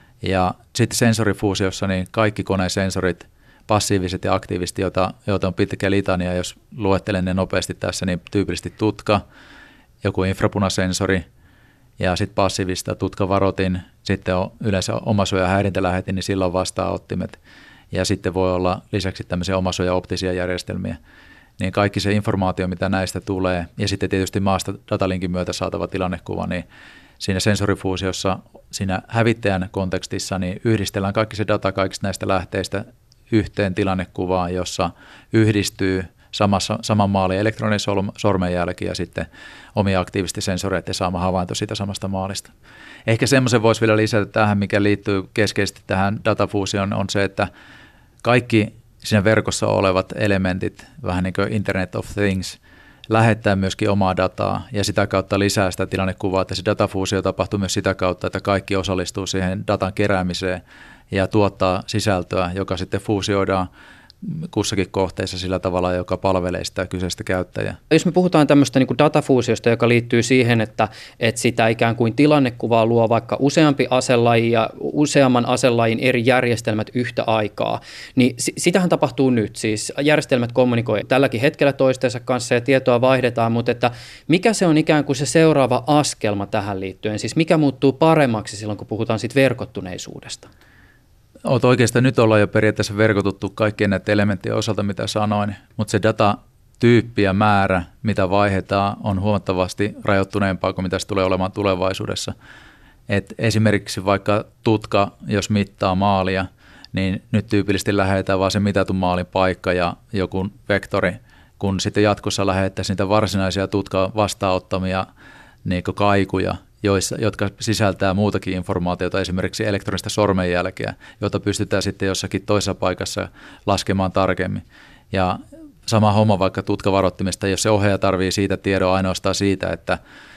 Ja sitten sensorifuusiossa niin kaikki koneen sensorit, passiiviset ja aktiiviset, joita on pitkä litania, jos luettelen ne nopeasti tässä, niin tyypillisesti tutka, joku infrapunasensori ja sitten passiivista tutkavarotin, sitten on yleensä omasuoja- ja häirintälähetin, niin silloin vastaanottimet ja sitten voi olla lisäksi tämmöisiä omasuoja-optisia järjestelmiä. Niin kaikki se informaatio, mitä näistä tulee ja sitten tietysti maasta datalinkin myötä saatava tilannekuva, niin siinä sensorifuusiossa, siinä hävittäjän kontekstissa, niin yhdistellään kaikki se data kaikista näistä lähteistä yhteen tilannekuvaan, jossa yhdistyy saman maalin elektroninen sormenjälki ja sitten omia aktiivisesti sensoreiden saama havainto siitä samasta maalista. Ehkä semmoisen voisi vielä lisätä tähän, mikä liittyy keskeisesti tähän datafuusioon, on se, että kaikki siinä verkossa olevat elementit, vähän niin kuin Internet of Things, lähettää myöskin omaa dataa ja sitä kautta lisää sitä tilannekuvaa, että se datafuusio tapahtuu myös sitä kautta, että kaikki osallistuu siihen datan keräämiseen ja tuottaa sisältöä, joka sitten fuusioidaan kussakin kohteessa sillä tavalla, joka palvelee sitä kyseistä käyttäjää. Jos me puhutaan tämmöistä niin kuin datafuusiosta, joka liittyy siihen, että sitä ikään kuin tilannekuvaa luo vaikka useampi aselaji ja useamman aselajin eri järjestelmät yhtä aikaa, niin sitähän tapahtuu nyt. Siis järjestelmät kommunikoi tälläkin hetkellä toistensa kanssa ja tietoa vaihdetaan, mutta että mikä se on ikään kuin se seuraava askelma tähän liittyen? Siis mikä muuttuu paremmaksi silloin, kun puhutaan siitä verkottuneisuudesta? Oikeastaan nyt ollaan jo periaatteessa verkotuttu kaikkien näiden elementtien osalta, mitä sanoin, mutta se datatyyppi ja määrä, mitä vaihdetaan, on huomattavasti rajoittuneempaa kuin mitä se tulee olemaan tulevaisuudessa. Et esimerkiksi vaikka tutka, jos mittaa maalia, niin nyt tyypillisesti lähetetään vaan se mitatun maalin paikka ja joku vektori, kun sitten jatkossa lähetettäisiin niitä varsinaisia tutkan vastaanottamia niin kuin kaikuja, jotka sisältää muutakin informaatiota, esimerkiksi elektronista sormenjälkeä, jota pystytään sitten jossakin toisessa paikassa laskemaan tarkemmin. Ja sama homma vaikka tutkavarottimesta, jos se ohjaaja tarvitsee siitä tiedon ainoastaan siitä, että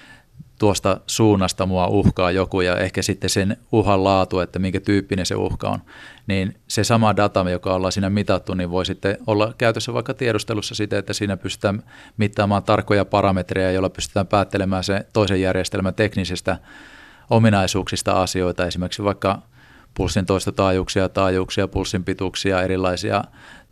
tuosta suunnasta mua uhkaa joku ja ehkä sitten sen uhan laatu, että minkä tyyppinen se uhka on, niin se sama data, joka ollaan siinä mitattu, niin voi sitten olla käytössä vaikka tiedustelussa siten, että siinä pystytään mittaamaan tarkkoja parametreja, joilla pystytään päättelemään se toisen järjestelmän teknisistä ominaisuuksista asioita, esimerkiksi vaikka pulssin taajuuksia, pulssin pituuksia, erilaisia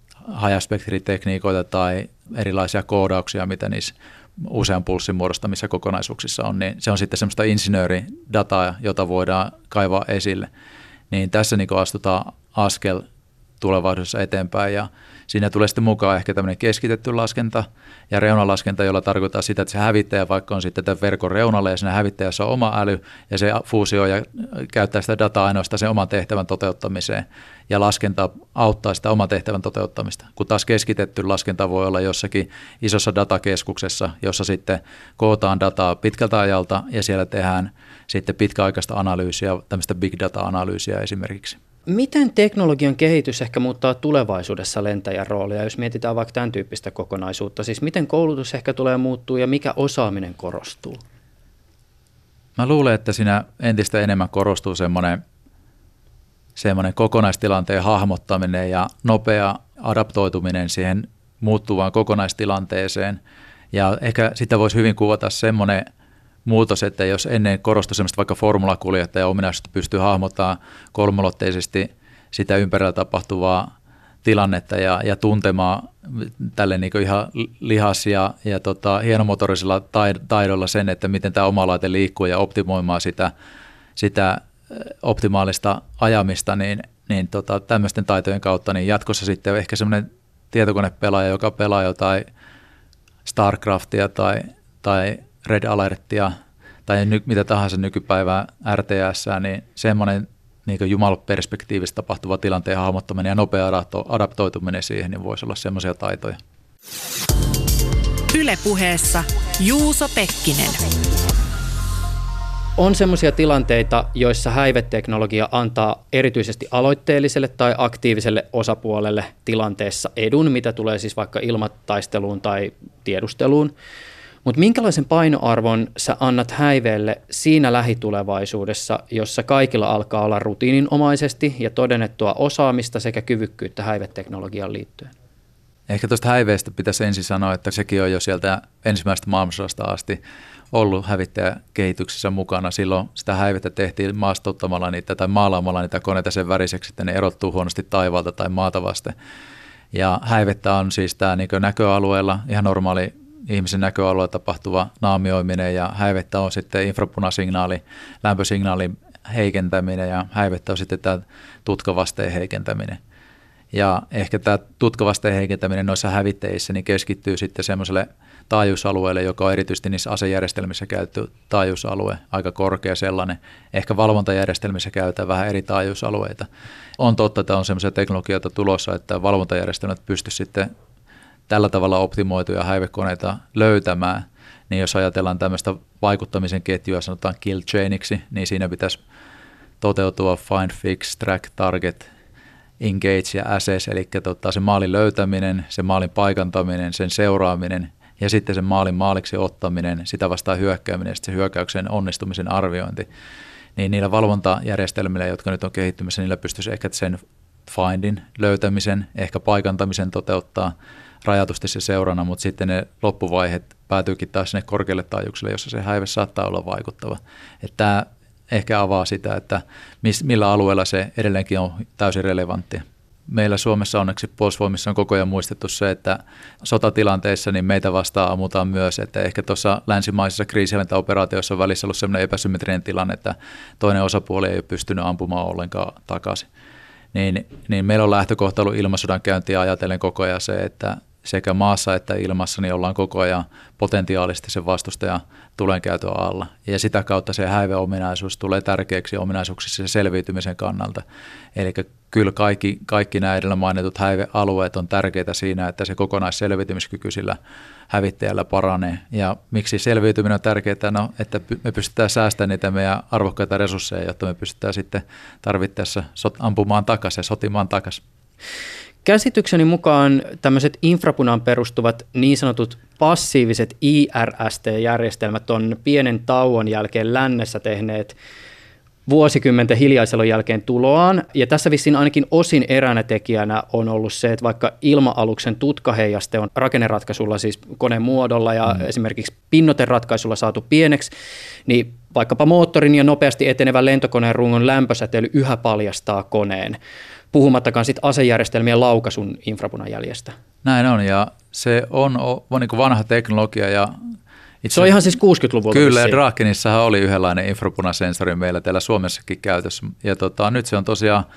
hajaspektritekniikoita tai erilaisia koodauksia, mitä niissä usean pulssin muodostamissa kokonaisuuksissa on, niin se on sitten semmoista insinööridataa, jota voidaan kaivaa esille. Niin tässä niin astutaan askel tulevaisuudessa eteenpäin. Ja siinä tulee sitten mukaan ehkä tämmöinen keskitetty laskenta ja reunalaskenta, jolla tarkoittaa sitä, että se hävittäjä vaikka on sitten tämän verkon reunalla ja siinä hävittäjässä on oma äly ja se fuusioi ja käyttää sitä dataa ainoastaan sen oman tehtävän toteuttamiseen ja laskenta auttaa sitä oman tehtävän toteuttamista. Kun taas keskitetty laskenta voi olla jossakin isossa datakeskuksessa, jossa sitten kootaan dataa pitkältä ajalta ja siellä tehdään sitten pitkäaikaista analyysiä, tämmöistä big data-analyysiä esimerkiksi. Miten teknologian kehitys ehkä muuttaa tulevaisuudessa lentäjän roolia, jos mietitään vaikka tämän tyyppistä kokonaisuutta? Siis miten koulutus ehkä tulee muuttuu ja mikä osaaminen korostuu? Mä luulen, että siinä entistä enemmän korostuu semmoinen kokonaistilanteen hahmottaminen ja nopea adaptoituminen siihen muuttuvaan kokonaistilanteeseen. Ja ehkä sitä voisi hyvin kuvata semmoinen muutos, että jos ennen korostui semmoista vaikka formulakuljettajan ominaisuutta pystyy hahmottamaan kolmulotteisesti sitä ympärillä tapahtuvaa tilannetta ja tuntemaan tälle niin kuin ihan lihas- ja hienomotorisilla taidolla sen, että miten tämä oma laite liikkuu ja optimoimaan sitä optimaalista ajamista, niin tämmöisten taitojen kautta niin jatkossa sitten ehkä semmoinen tietokonepelaaja, joka pelaa jotain StarCraftia tai Red Alertia tai mitä tahansa nykypäivää RTS, niin semmoinen niin jumalaperspektiivistä tapahtuva tilanteen hahmottaminen ja nopea adaptoituminen siihen niin voisi olla semmoisia taitoja. Yle Puheessa Juuso Pekkinen. On semmoisia tilanteita, joissa häiveteknologia antaa erityisesti aloitteelliselle tai aktiiviselle osapuolelle tilanteessa edun, mitä tulee siis vaikka ilmataisteluun tai tiedusteluun. Mutta minkälaisen painoarvon sä annat häiveelle siinä lähitulevaisuudessa, jossa kaikilla alkaa olla rutiininomaisesti ja todennettua osaamista sekä kyvykkyyttä häiveteknologiaan liittyen? Ehkä tuosta häiveestä pitäisi ensin sanoa, että sekin on jo sieltä ensimmäisestä maailmansodasta asti ollut hävittäjäkehityksessä mukana. Silloin sitä häivettä tehtiin maastottamalla niitä tai maalaamalla niitä koneita sen väriseksi, että ne erottuu huonosti taivaalta tai maata vasten. Ja häivettä on siis tämä niin näköalueella ihan normaali ihmisen näköalueella tapahtuva naamioiminen ja häivettä on sitten infrapunasignaali, lämpösignaalin heikentäminen ja häivettä on sitten tämä tutkavasteen heikentäminen. Ja ehkä tämä tutkavasteen heikentäminen noissa hävittäjissä niin keskittyy sitten semmoiselle taajuusalueelle, joka on erityisesti niissä asejärjestelmissä käytetty taajuusalue, aika korkea sellainen. Ehkä valvontajärjestelmissä käytetään vähän eri taajuusalueita. On totta, että on semmoisia teknologioita tulossa, että valvontajärjestelmät pystyvät sitten tällä tavalla optimoituja häivekoneita löytämään, niin jos ajatellaan tämmöistä vaikuttamisen ketjua, sanotaan kill chainiksi, niin siinä pitäisi toteutua find, fix, track, target, engage ja assess, eli se maalin löytäminen, sen maalin paikantaminen, sen seuraaminen ja sitten sen maalin maaliksi ottaminen, sitä vastaan hyökkääminen ja sitten se hyökkäyksen onnistumisen arviointi. Niin niillä valvontajärjestelmillä, jotka nyt on kehittymässä, niillä pystyisi ehkä sen findin löytämisen, ehkä paikantamisen toteuttaa rajatusti se seurana, mutta sitten ne loppuvaiheet päätyykin taas sinne korkealle taajuuksille, jossa se häive saattaa olla vaikuttava. Että tämä ehkä avaa sitä, että millä alueella se edelleenkin on täysin relevanttia. Meillä Suomessa onneksi Puolustusvoimissa on koko ajan muistettu se, että sotatilanteissa niin meitä vastaan ammutaan myös, että ehkä tuossa länsimaisissa kriisinhallintaoperaatioissa on välissä ollut sellainen epäsymmetrinen tilanne, että toinen osapuoli ei ole pystynyt ampumaan ollenkaan takaisin. Niin meillä on lähtökohta ollut ilmasodan käyntiä ajatellen koko ajan se, että sekä maassa että ilmassa niin ollaan koko ajan potentiaalisesti sen vastustajan tulenkäytön alla. Ja sitä kautta se häiveominaisuus tulee tärkeäksi ominaisuuksissa sen selviytymisen kannalta. Eli kyllä kaikki nämä edellä mainitut häivealueet on tärkeitä siinä, että se kokonaisselviytymiskyky sillä hävittäjällä paranee. Ja miksi selviytyminen on tärkeää? No, että me pystytään säästämään niitä meidän arvokkaita resursseja, jotta me pystytään sitten tarvittaessa ampumaan takaisin ja sotimaan takaisin. Käsitykseni mukaan tämmöiset infrapunaan perustuvat niin sanotut passiiviset IRST-järjestelmät on pienen tauon jälkeen lännessä tehneet vuosikymmenten hiljaiselon jälkeen tuloaan. Ja tässä vissiin ainakin osin eräänä tekijänä on ollut se, että vaikka ilma-aluksen tutkaheijaste on rakenneratkaisulla, siis koneen muodolla ja esimerkiksi pinnoiteratkaisulla saatu pieneksi, niin vaikkapa moottorin ja nopeasti etenevän lentokoneen rungon lämpösäteily yhä paljastaa koneen, puhumattakaan sitten asejärjestelmien laukaisun infrapunajäljestä. Näin on, ja se on niin kuin vanha teknologia. Ja se on ihan siis 60-luvulta. Kyllä, ja Drakenissahan oli yhdenlainen infrapunasensori meillä täällä Suomessakin käytössä. Ja nyt se on tosiaan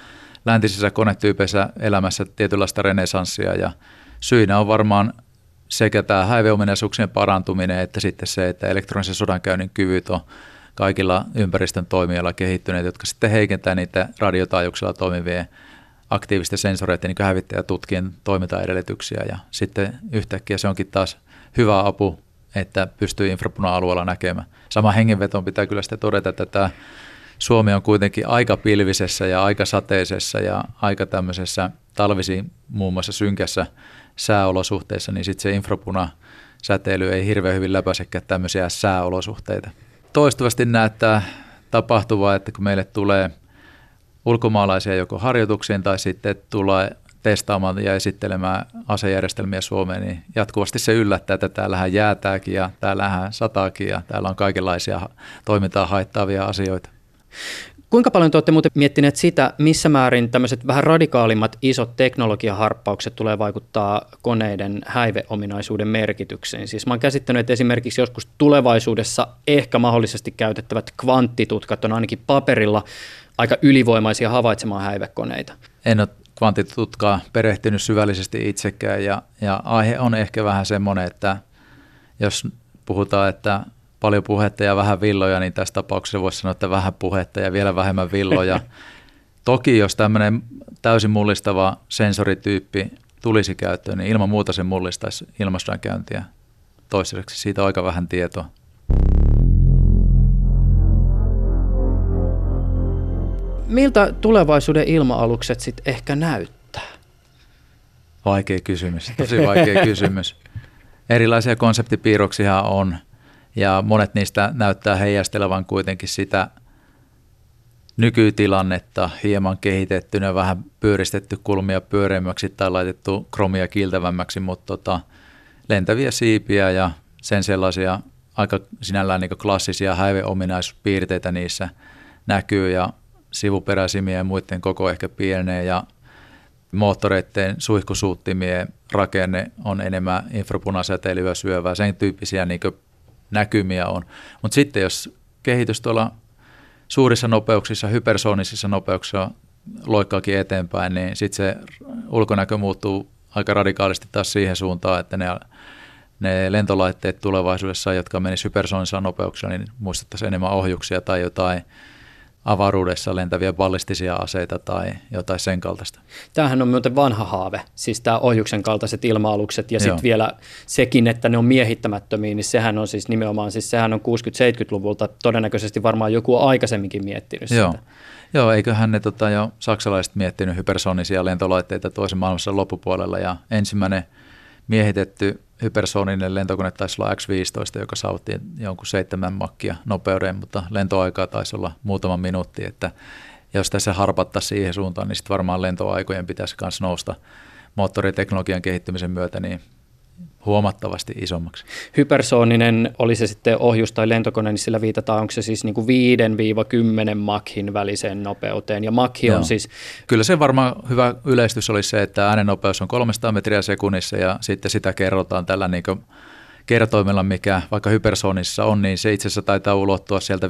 läntisissä konetyypeissä elämässä tietynlaista renesanssia ja syynä on varmaan sekä tämä häiveominaisuuksien parantuminen että sitten se, että elektronisen sodankäynnin kyvyt on kaikilla ympäristön toimijoilla kehittyneet, jotka sitten heikentää niitä radiotaajuuksilla toimivien aktiivisten sensoreiden niin kuin hävittäjätutkien toimintaedellytyksiä ja sitten yhtäkkiä se onkin taas hyvä apu, että pystyy infrapuna-alueella näkemään. Sama hengenvetoon pitää kyllä sitten todeta, että tämä Suomi on kuitenkin aika pilvisessä ja aika sateisessa ja aika tämmöisessä talvisiin muun muassa synkässä sääolosuhteissa, niin sitten se infrapuna-säteily ei hirveän hyvin läpäisekään tämmöisiä sääolosuhteita. Toistuvasti näyttää tapahtuvaa, että kun meille tulee ulkomaalaisia joko harjoituksiin tai sitten tulee testaamaan ja esittelemään asejärjestelmiä Suomeen, niin jatkuvasti se yllättää, että täällähän jäätääkin ja täällähän sataakin ja täällä on kaikenlaisia toimintaa haittaavia asioita. Kuinka paljon te olette muuten miettineet sitä, missä määrin tämmöiset vähän radikaalimmat isot teknologiaharppaukset tulee vaikuttaa koneiden häiveominaisuuden merkitykseen? Siis mä oon käsittänyt, että esimerkiksi joskus tulevaisuudessa ehkä mahdollisesti käytettävät kvanttitutkat on ainakin paperilla aika ylivoimaisia havaitsemaan häivekoneita. En ole kvanttitutkaa perehtynyt syvällisesti itsekään ja aihe on ehkä vähän semmoinen, että jos puhutaan, että paljon puhetta ja vähän villoja, niin tässä tapauksessa voisi sanoa, että vähän puhetta ja vielä vähemmän villoja. Toki jos tämmöinen täysin mullistava sensorityyppi tulisi käyttöön, niin ilman muuta se mullistaisi ilmastodankäyntiä. Toistaiseksi siitä on aika vähän tietoa. Miltä tulevaisuuden ilma-alukset sitten ehkä näyttää? Vaikea kysymys, tosi vaikea kysymys. Erilaisia konseptipiirroksia on. Ja monet niistä näyttää heijastelevan kuitenkin sitä nykytilannetta hieman kehitettynä, vähän pyöristetty kulmia pyöreämmäksi tai laitettu kromia kiiltävämmäksi, mutta lentäviä siipiä ja sen sellaisia aika sinällään niin klassisia häiveominaisuuspiirteitä niissä näkyy ja sivuperäisimien ja muiden koko ehkä pienenee ja moottoreiden suihkusuuttimien rakenne on enemmän infrapunasäteilyä syövää, sen tyyppisiä niin näkymiä on. Mutta sitten jos kehitys tuolla suurissa nopeuksissa, hypersoonisissa nopeuksissa loikkaakin eteenpäin, niin sitten se ulkonäkö muuttuu aika radikaalisti taas siihen suuntaan, että ne lentolaitteet tulevaisuudessa, jotka menisivät hypersoonisissa nopeuksissa, niin muistuttaisiin enemmän ohjuksia tai jotain avaruudessa lentäviä ballistisia aseita tai jotain sen kaltaista. Tämähän on muuten vanha haave, siis tämä ohjuksen kaltaiset ilma-alukset ja sitten vielä sekin, että ne on miehittämättömiä, niin sehän on siis nimenomaan, siis sehän on 60-70-luvulta todennäköisesti varmaan joku aikaisemminkin miettinyt sitä. Joo, eiköhän ne jo saksalaiset miettinyt hypersoonisia lentolaitteita toisen maailmansodan loppupuolella ja ensimmäinen miehitetty hypersooninen lentokone taisi olla X-15, joka saavutti jonkun 7 makkia nopeuden, mutta lentoaikaa taisi olla muutama minuutti, että jos tässä harpattaisiin siihen suuntaan, niin sitten varmaan lentoaikojen pitäisi myös nousta moottoriteknologian kehittymisen myötä niin huomattavasti isommaksi. Hypersooninen, oli se sitten ohjus tai lentokone, niin sillä viitataan, onko se siis niin kuin 5-10 Machin väliseen nopeuteen, ja Mach on siis... Kyllä se varmaan hyvä yleistys olisi se, että äänennopeus on 300 metriä sekunnissa, ja sitten sitä kerrotaan tällä niin kuin kertoimella, mikä vaikka hypersoonisessa on, niin se itse asiassa taitaa ulottua sieltä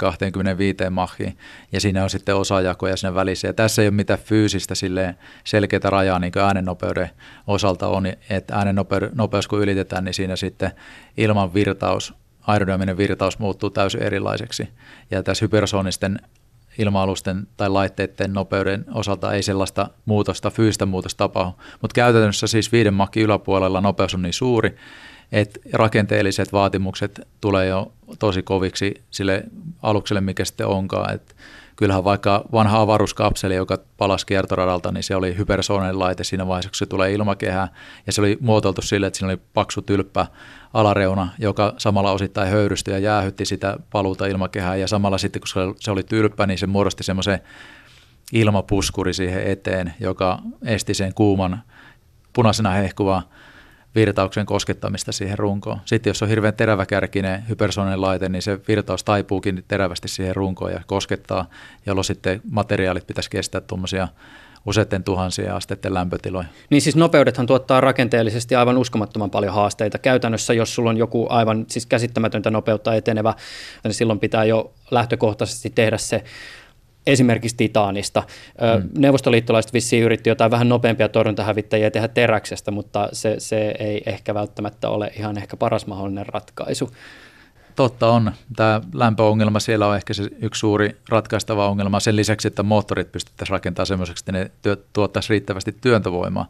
5-25 Machiin, ja siinä on sitten osajakoja siinä välissä. Ja tässä ei ole mitään fyysistä selkeää rajaa, niin kuin äänennopeuden osalta on, että äänennopeus kun ylitetään, niin siinä sitten ilman virtaus, aerodynaaminen virtaus muuttuu täysin erilaiseksi. Ja tässä hypersoonisten ilma-alusten tai laitteiden nopeuden osalta ei sellaista muutosta, fyysistä muutosta tapahdu. Mutta käytännössä siis 5 Machin yläpuolella nopeus on niin suuri, että rakenteelliset vaatimukset tulee jo tosi koviksi sille alukselle, mikä sitten onkaan. Et kyllähän vaikka vanha avaruuskapseli, joka palasi kiertoradalta, niin se oli hypersooninen laite siinä vaiheessa, kun se tulee ilmakehään. Ja se oli muotoiltu sille, että siinä oli paksu tylppä alareuna, joka samalla osittain höyrystyi ja jäähytti sitä paluuta ilmakehään. Ja samalla sitten, kun se oli tylppä, niin se muodosti semmoisen ilmapuskuri siihen eteen, joka esti sen kuuman punaisena hehkuvan virtauksen koskettamista siihen runkoon. Sitten jos on hirveän teräväkärkinen hypersooninen laite, niin se virtaus taipuukin terävästi siihen runkoon ja koskettaa, jolloin sitten materiaalit pitäisi kestää tuommoisia useiden tuhansien asteiden lämpötiloja. Niin siis nopeudethan tuottaa rakenteellisesti aivan uskomattoman paljon haasteita. Käytännössä, jos sulla on joku aivan siis käsittämätöntä nopeutta etenevä, niin silloin pitää jo lähtökohtaisesti tehdä se esimerkiksi titaanista. Neuvostoliittolaiset vissiin yritti jotain vähän nopeampia torjuntahävittäjiä tehdä teräksestä, mutta se ei ehkä välttämättä ole ihan ehkä paras mahdollinen ratkaisu. Totta on. Tämä lämpöongelma siellä on ehkä se yksi suuri ratkaistava ongelma sen lisäksi, että moottorit pystyttäisiin rakentamaan semmoiseksi, että ne tuottaisi riittävästi työntövoimaa.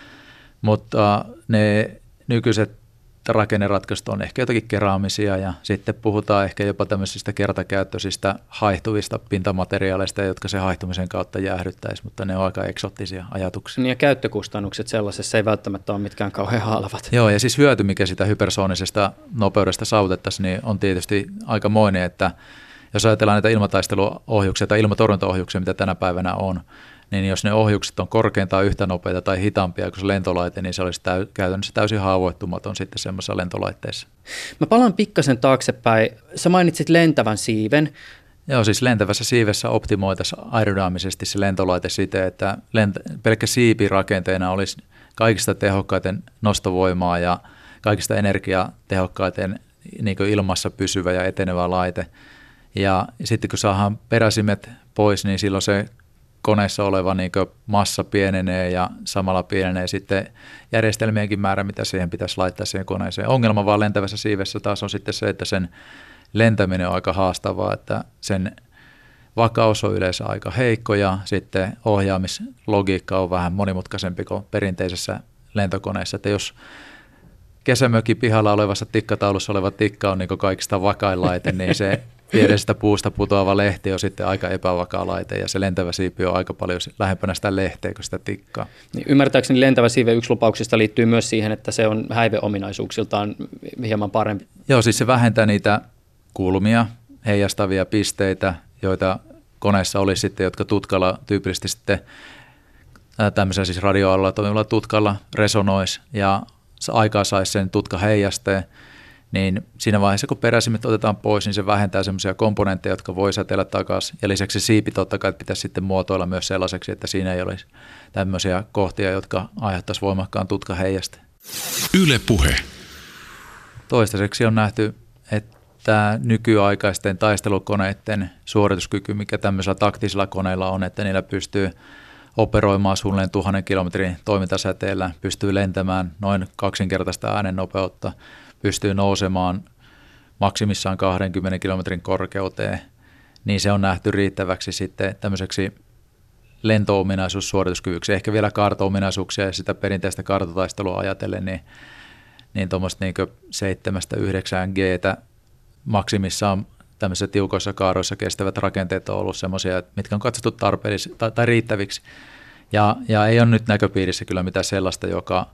Mutta ne nykyiset rakenneratkaisut on ehkä jotakin keraamisia ja sitten puhutaan ehkä jopa tämmöisistä kertakäyttöisistä haihtuvista pintamateriaaleista, jotka se haihtumisen kautta jäähdyttäisi, mutta ne on aika eksoottisia ajatuksia. Ja käyttökustannukset sellaisessa ei välttämättä ole mitkään kauhean halvat. Joo, ja siis hyöty, mikä sitä hypersoonisesta nopeudesta saavutettaisiin, niin on tietysti aikamoinen, että jos ajatellaan näitä ilmataisteluohjuksia tai ilmatorjuntaohjuksia, mitä tänä päivänä on, niin jos ne ohjukset on korkeintaan yhtä nopeita tai hitaampia kuin se lentolaite, niin se olisi käytännössä täysin haavoittumaton sitten semmoisessa lentolaitteessa. Mä palaan pikkasen taaksepäin. Sä mainitsit lentävän siiven. Joo, siis lentävässä siivessä optimoitaisiin aerodynaamisesti se lentolaite siten, että pelkkä siipi rakenteena olisi kaikista tehokkaiten nostovoimaa ja kaikista energiatehokkaiten niin kuin ilmassa pysyvä ja etenevä laite. Ja sitten kun saadaan peräsimet pois, niin silloin se koneessa oleva niin kuin massa pienenee ja samalla pienenee sitten järjestelmienkin määrä, mitä siihen pitäisi laittaa siihen koneeseen. Ongelma vaan lentävässä siivessä taas on sitten se, että sen lentäminen on aika haastavaa, että sen vakaus on yleensä aika heikko ja sitten ohjaamislogiikka on vähän monimutkaisempi kuin perinteisessä lentokoneessa. Että jos kesämökin pihalla olevassa tikkataulussa oleva tikka on niin kuin kaikista vakain laite, niin se vierestä puusta putoava lehti on sitten aika epävakaa laite ja se lentävä siipi on aika paljon lähempänä sitä lehteä kuin sitä tikkaa. Niin, ymmärtääkseni lentävä siive yksi lupauksista liittyy myös siihen, että se on häiveominaisuuksiltaan hieman parempi. Joo, siis se vähentää niitä kulmia, heijastavia pisteitä, joita koneessa oli sitten, jotka tutkalla tyypillisesti sitten tämmöisellä siis radioalalla toimivalla tutkalla resonoisi ja aikaa saisi sen tutka heijasteen. Niin siinä vaiheessa, kun peräsimet otetaan pois, niin se vähentää semmoisia komponentteja, jotka voi säteillä takaisin. Ja lisäksi se siipi totta kai pitäisi sitten muotoilla myös sellaiseksi, että siinä ei olisi tämmöisiä kohtia, jotka aiheuttaisi voimakkaan tutkaheijasteen. Yle Puhe. Toistaiseksi on nähty, että nykyaikaisten taistelukoneiden suorituskyky, mikä tämmöisellä taktisilla koneilla on, että niillä pystyy operoimaan suunnilleen 1000 kilometrin toimintasäteellä, pystyy lentämään noin kaksinkertaista äänennopeutta, pystyy nousemaan maksimissaan 20 kilometrin korkeuteen, niin se on nähty riittäväksi sitten tämmöiseksi lento-ominaisuussuorituskyvyksi. Ehkä vielä kaarto-ominaisuuksia ja sitä perinteistä kaartotaistelua ajatellen, niin tuommoista niin 7-9 G:tä maksimissaan tämmöisissä tiukoissa kaaroissa kestävät rakenteet on ollut semmoisia, mitkä on katsottu tarpeellisiksi tai riittäviksi. Ja ei ole nyt näköpiirissä kyllä mitään sellaista, joka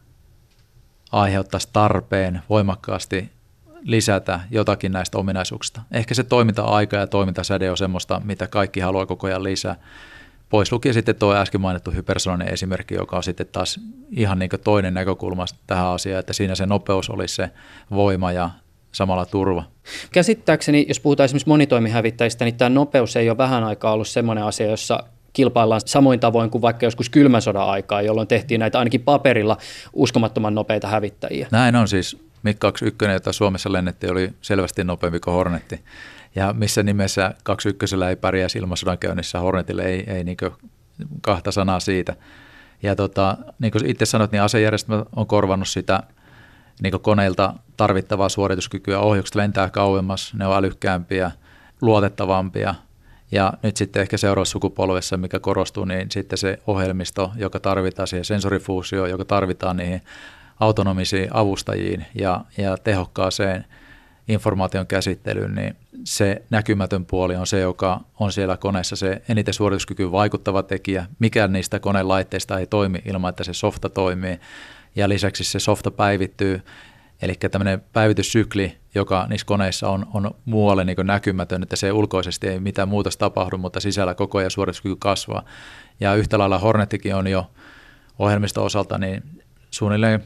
aiheuttaisi tarpeen voimakkaasti lisätä jotakin näistä ominaisuuksista. Ehkä se toiminta-aika ja toimintasäde on semmoista, mitä kaikki haluaa koko ajan lisää. Pois lukien sitten tuo äsken mainittu hypersooninen esimerkki, joka on sitten taas ihan niin kuin toinen näkökulma tähän asiaan, että siinä se nopeus olisi se voima ja samalla turva. Käsittääkseni, jos puhutaan esimerkiksi monitoimihävittäjistä, niin tämä nopeus ei ole vähän aikaa ollut semmoinen asia, jossa kilpaillaan samoin tavoin kuin vaikka joskus kylmän sodan aikaa, jolloin tehtiin näitä ainakin paperilla uskomattoman nopeita hävittäjiä. Näin on siis. MiG-21, jota Suomessa lennettiin, oli selvästi nopeampi kuin Hornetti. Ja missä nimessä 21 ei pärjäisi ilmasodan käynnissä, Hornetille ei niin kahta sanaa siitä. Ja niin kuin itse sanoit, niin asejärjestelmä on korvannut sitä niin koneilta tarvittavaa suorituskykyä. Ohjukset lentää kauemmas, ne on älykkäämpiä, luotettavampia. Ja nyt sitten ehkä seuraavassa sukupolvessa, mikä korostuu, niin sitten se ohjelmisto, joka tarvitaan siihen sensorifuusioon, joka tarvitaan niihin autonomisiin avustajiin ja tehokkaaseen informaation käsittelyyn, niin se näkymätön puoli on se, joka on siellä koneessa se eniten suorituskykyyn vaikuttava tekijä. Mikään niistä koneen laitteista ei toimi ilman, että se softa toimii. Ja lisäksi se softa päivittyy, eli tämmöinen päivityssykli, joka niissä koneissa on muualle niin kuin näkymätön, että se ulkoisesti ei mitään muutosta tapahdu, mutta sisällä koko ajan suorituskyky kasvaa. Ja yhtä lailla Hornettikin on jo ohjelmiston osalta niin suunnilleen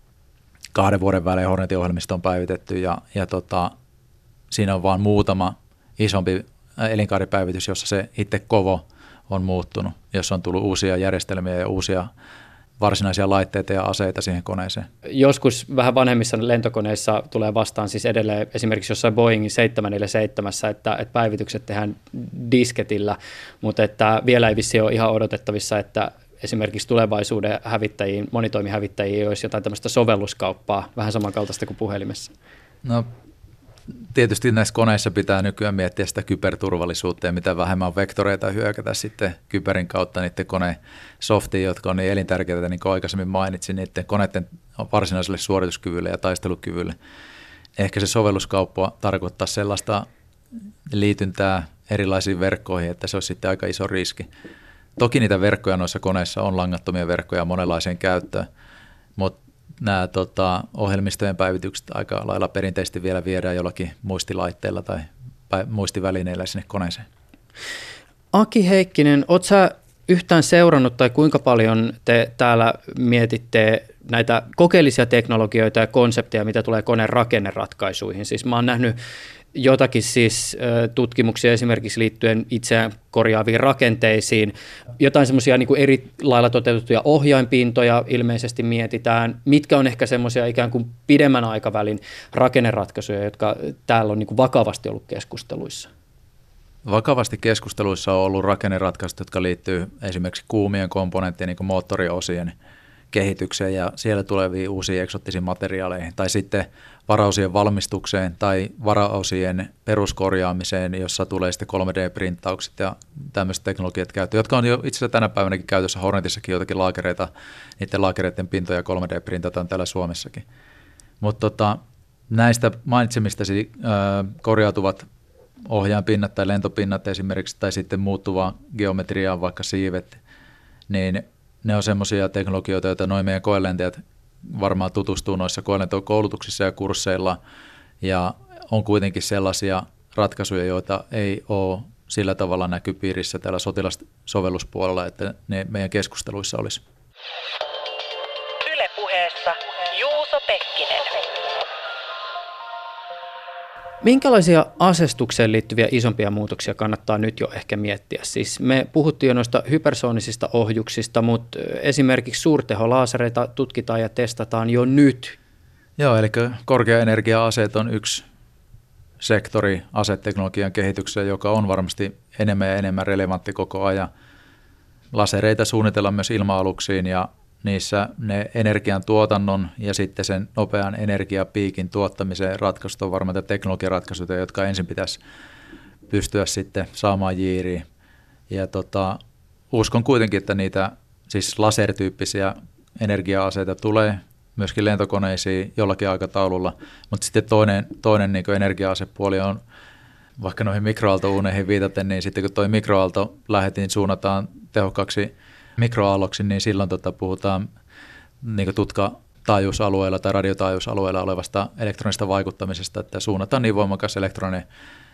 2 vuoden välein Hornetin ohjelmisto on päivitetty ja siinä on vain muutama isompi elinkaaripäivitys, jossa se itse kovo on muuttunut, jossa on tullut uusia järjestelmiä ja uusia varsinaisia laitteita ja aseita siihen koneeseen. Joskus vähän vanhemmissa lentokoneissa tulee vastaan siis edelleen esimerkiksi jossain Boeingin 747, että päivitykset tehdään disketillä, mutta että vielä ei vissiin ole ihan odotettavissa, että esimerkiksi tulevaisuuden hävittäjiin, monitoimihävittäjiin olisi jotain tämmöistä sovelluskauppaa, vähän samankaltaista kuin puhelimessa. No tietysti näissä koneissa pitää nykyään miettiä sitä kyberturvallisuutta ja mitä vähemmän vektoreita hyökätä sitten kyberin kautta niiden konesoftiin, jotka on niin elintärkeitä, niin kuin aikaisemmin mainitsin, niiden koneiden varsinaiselle suorituskyvylle ja taistelukyvylle. Ehkä se sovelluskauppa tarkoittaa sellaista liityntää erilaisiin verkkoihin, että se olisi sitten aika iso riski. Toki niitä verkkoja noissa koneissa on langattomia verkkoja monenlaiseen käyttöön, mutta nämä ohjelmistojen päivitykset aika lailla perinteisesti vielä viedään jollakin muistilaitteella tai muistivälineillä sinne koneeseen. Aki Heikkinen, ootko sä yhtään seurannut tai kuinka paljon te täällä mietitte näitä kokeellisia teknologioita ja konsepteja, mitä tulee koneen rakenneratkaisuihin? Siis mä oon nähnyt jotakin siis tutkimuksia esimerkiksi liittyen itseään korjaaviin rakenteisiin. Jotain semmoisia niin kuin eri lailla toteutettuja ohjainpintoja ilmeisesti mietitään. Mitkä on ehkä semmoisia ikään kuin pidemmän aikavälin rakenneratkaisuja, jotka täällä on niin kuin vakavasti ollut keskusteluissa? Vakavasti keskusteluissa on ollut rakenneratkaisut, jotka liittyy esimerkiksi kuumien komponenttien, niin kuin moottoriosien kehitykseen ja siellä tuleviin uusiin eksottisiin materiaaleihin tai sitten varaosien valmistukseen tai varaosien peruskorjaamiseen, jossa tulee sitten 3D-printtaukset ja tämmöiset teknologiat käyttöön, jotka on jo itse asiassa tänä päivänäkin käytössä Hornetissakin joitakin laakereita, niiden laakereiden pintoja 3D-printataan täällä Suomessakin. Mutta näistä mainitsemistasi korjautuvat ohjainpinnat tai lentopinnat esimerkiksi tai sitten muuttuvaan geometriaan vaikka siivet, niin ne on semmoisia teknologioita, joita noin meidän koelentäjät varmaan tutustuu noissa koelentokoulutuksissa ja kursseilla ja on kuitenkin sellaisia ratkaisuja, joita ei ole sillä tavalla näkypiirissä täällä sotilassovelluspuolella, että ne meidän keskusteluissa olisi. Yle Puheessa Juuso Pekkinen. Minkälaisia aseistukseen liittyviä isompia muutoksia kannattaa nyt jo ehkä miettiä? Siis me puhuttiin jo noista hypersoonisista ohjuksista, mutta esimerkiksi suurteholaasereita tutkitaan ja testataan jo nyt. Joo, eli korkeaenergia-aseet on yksi sektori aseteknologian kehityksessä, joka on varmasti enemmän ja enemmän relevantti koko ajan. Lasereita suunnitellaan myös ilma-aluksiin ja niissä ne energian tuotannon ja sitten sen nopean energiapiikin tuottamiseen ratkaisut on varmaan teknologiaratkaisuja, jotka ensin pitäisi pystyä sitten saamaan jiiriin. Ja uskon kuitenkin, että niitä siis lasertyyppisiä energia-aseita tulee myöskin lentokoneisiin jollakin aikataululla, mutta sitten toinen niin kuin energia-asepuoli on vaikka noihin mikroaaltouuneihin viitaten, niin sitten kun tuo mikroaalto suunnataan tehokkaaksi mikroaalloksi, niin silloin puhutaan niin tutkataajuusalueella tai radiotaajuusalueella olevasta elektronisesta vaikuttamisesta, että suunnataan niin voimakas elektroninen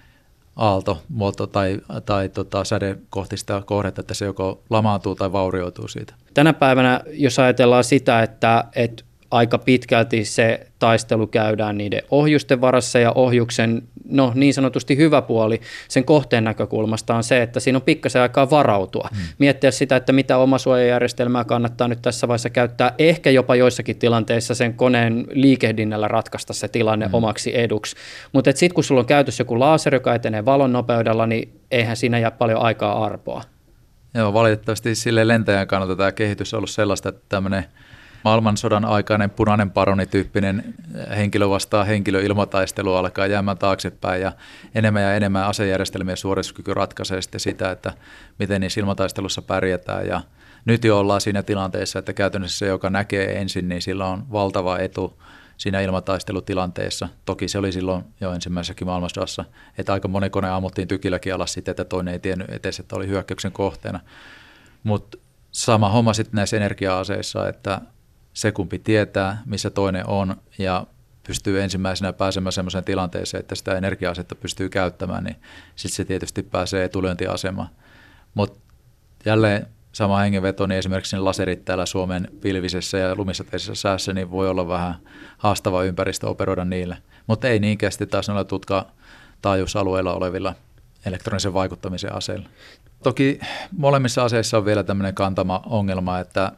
aalto tai säde kohti sitä kohdetta, että se joko lamaantuu tai vaurioituu siitä. Tänä päivänä, jos ajatellaan sitä, että aika pitkälti se taistelu käydään niiden ohjusten varassa ja ohjuksen niin sanotusti hyvä puoli sen kohteen näkökulmasta on se, että siinä on pikkasen aikaa varautua. Miettiä sitä, että mitä omasuojajärjestelmää kannattaa nyt tässä vaiheessa käyttää, ehkä jopa joissakin tilanteissa sen koneen liikehdinnällä ratkaista se tilanne omaksi eduksi. Mutta sitten kun sulla on käytössä joku laser, joka etenee valon nopeudella, niin eihän siinä jää paljon aikaa arpoa. Joo, valitettavasti sille lentäjän kannalta tämä kehitys on ollut sellaista, että tämmöinen maailmansodan aikainen punainen paroni-tyyppinen henkilö vastaa henkilö-ilmataistelu alkaa jäämään taaksepäin ja enemmän asejärjestelmien suorituskyky ratkaisee sitten sitä, että miten niissä ilmataistelussa pärjätään. Ja nyt jo ollaan siinä tilanteessa, että käytännössä se, joka näkee ensin, niin sillä on valtava etu siinä ilmataistelutilanteessa. Toki se oli silloin jo ensimmäisessäkin maailmansodassa, että aika moni kone ammuttiin tykilläkin alas sitten, että toinen ei tiennyt edes, että oli hyökkäyksen kohteena. Mutta sama homma sitten näissä energia-aseissa, että se kumpi tietää, missä toinen on ja pystyy ensimmäisenä pääsemään sellaiseen tilanteeseen, että sitä energia-asetta pystyy käyttämään, niin sitten se tietysti pääsee etulyöntiasemaan. Mutta jälleen sama hengenveto, niin esimerkiksi ne laserit täällä Suomen pilvisessä ja lumisateisessa säässä, niin voi olla vähän haastava ympäristö operoida niillä. Mutta ei niinkään sitten taas noilla tutkataajuusalueilla olevilla elektronisen vaikuttamisen aseilla. Toki molemmissa aseissa on vielä tämmöinen kantama ongelma, että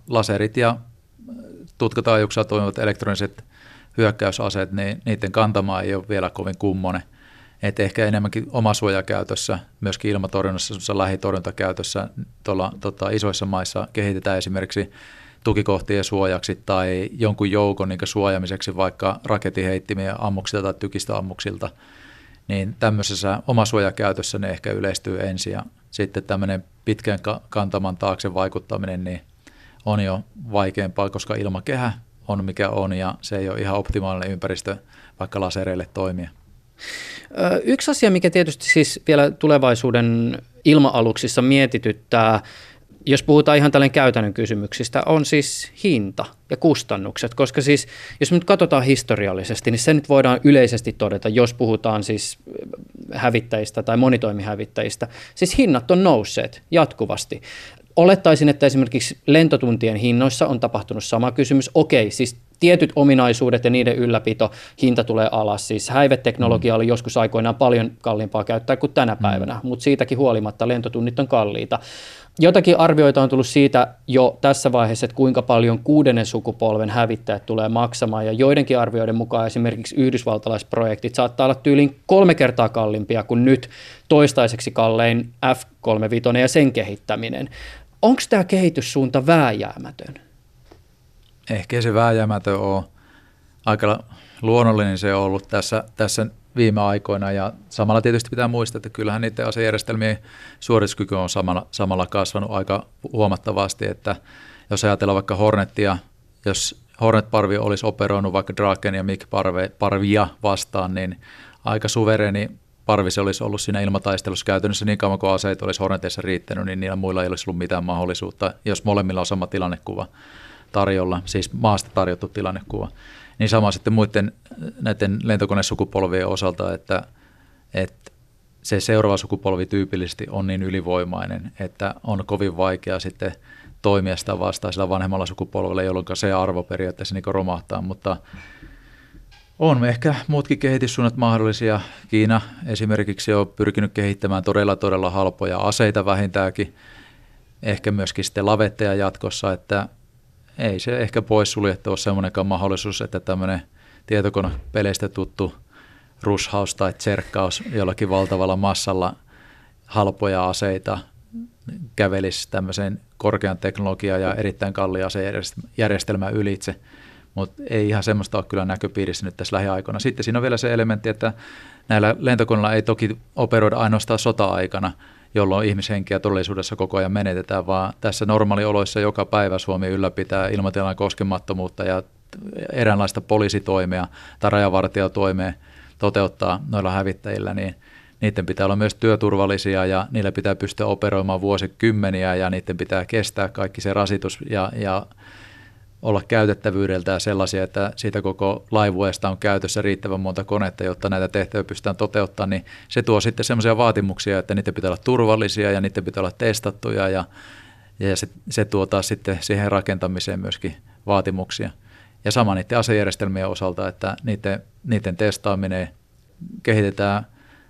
laserit ja tutkataajuuksilla toimivat elektroniset hyökkäysaseet, niin niiden kantama ei ole vielä kovin kummonen. Et ehkä enemmänkin omasuojakäytössä, myöskin ilmatorjunnassa, lähitorjuntakäytössä tuolla isoissa maissa kehitetään esimerkiksi tukikohtien suojaksi tai jonkun joukon niin suojaamiseksi vaikka raketinheittimien ammuksilta tai tykistöammuksilta. Niin tämmöisessä omasuojakäytössä ne ehkä yleistyy ensin ja sitten tämmöinen pitkän kantaman taakse vaikuttaminen niin on jo vaikeampaa, koska ilmakehä on mikä on ja se ei ole ihan optimaalinen ympäristö vaikka lasereille toimia. Yksi asia, mikä tietysti siis vielä tulevaisuuden ilma-aluksissa mietityttää, jos puhutaan ihan tällainen käytännön kysymyksistä, on siis hinta ja kustannukset, koska siis jos me nyt katsotaan historiallisesti, niin se nyt voidaan yleisesti todeta, jos puhutaan siis hävittäjistä tai monitoimihävittäjistä, siis hinnat on nousseet jatkuvasti. Olettaisin, että esimerkiksi lentotuntien hinnoissa on tapahtunut sama kysymys. Okei, siis tietyt ominaisuudet ja niiden ylläpito, hinta tulee alas. Siis häiveteknologia oli joskus aikoinaan paljon kalliimpaa käyttää kuin tänä päivänä, mutta siitäkin huolimatta lentotunnit on kalliita. Jotakin arvioita on tullut siitä jo tässä vaiheessa, että kuinka paljon 6. sukupolven hävittäjät tulee maksamaan, ja joidenkin arvioiden mukaan esimerkiksi yhdysvaltalaisprojektit saattaa olla tyyliin 3 kertaa kalliimpia kuin nyt toistaiseksi kallein F-35 ja sen kehittäminen. Onko tämä kehityssuunta vääjäämätön? Ehkä se vääjäämätön on aika luonnollinen se on ollut tässä viime aikoina ja samalla tietysti pitää muistaa, että kyllähän niiden asejärjestelmien suorituskyky on samalla kasvanut aika huomattavasti, että jos ajatellaan vaikka Hornetia, jos Hornet-parvi olisi operoinut vaikka Draken ja MiG-parvia vastaan, niin aika suvereeni parvi se olisi ollut siinä ilmataistelussa käytännössä niin kauan kuin aseet olisi Horneteissa riittänyt, niin niillä muilla ei olisi ollut mitään mahdollisuutta, jos molemmilla on sama tilannekuva tarjolla, siis maasta tarjottu tilannekuva. Niin sama sitten muiden näiden lentokonesukupolvien osalta, että se seuraava sukupolvi tyypillisesti on niin ylivoimainen, että on kovin vaikea sitten toimia sitä vastaan sillä vanhemmalla sukupolvella, jolloin se arvo periaatteessa niin romahtaa, mutta on ehkä muutkin kehityssuunnat mahdollisia. Kiina esimerkiksi on pyrkinyt kehittämään todella halpoja aseita vähintäänkin, ehkä myöskin sitten lavetteja jatkossa, että ei se ehkä poissuljettu ole semmoinenkaan mahdollisuus, että tämmöinen tietokonepeleistä tuttu rushhaus tai tserkkaus jollakin valtavalla massalla halpoja aseita kävelisi tämmöisen korkean teknologian ja erittäin kalliin asejärjestelmän ylitse, mutta ei ihan semmoista ole kyllä näköpiirissä nyt tässä lähiaikoina. Sitten siinä on vielä se elementti, että näillä lentokoneilla ei toki operoida ainoastaan sota-aikana, jolloin ihmishenkiä todellisuudessa koko ajan menetetään, vaan tässä normaalioloissa joka päivä Suomi ylläpitää ilmatilan koskemattomuutta ja eräänlaista poliisitoimea tai rajavartijatoimea toteuttaa noilla hävittäjillä, niin niiden pitää olla myös työturvallisia ja niillä pitää pystyä operoimaan vuosikymmeniä ja niiden pitää kestää kaikki se rasitus ja olla käytettävyydeltään sellaisia, että siitä koko laivueesta on käytössä riittävän monta konetta, jotta näitä tehtäviä pystytään toteuttamaan, niin se tuo sitten semmoisia vaatimuksia, että niiden pitää olla turvallisia ja niiden pitää olla testattuja ja se tuo taas sitten siihen rakentamiseen myöskin vaatimuksia. Ja sama niiden asejärjestelmien osalta, että niiden testaaminen kehitetään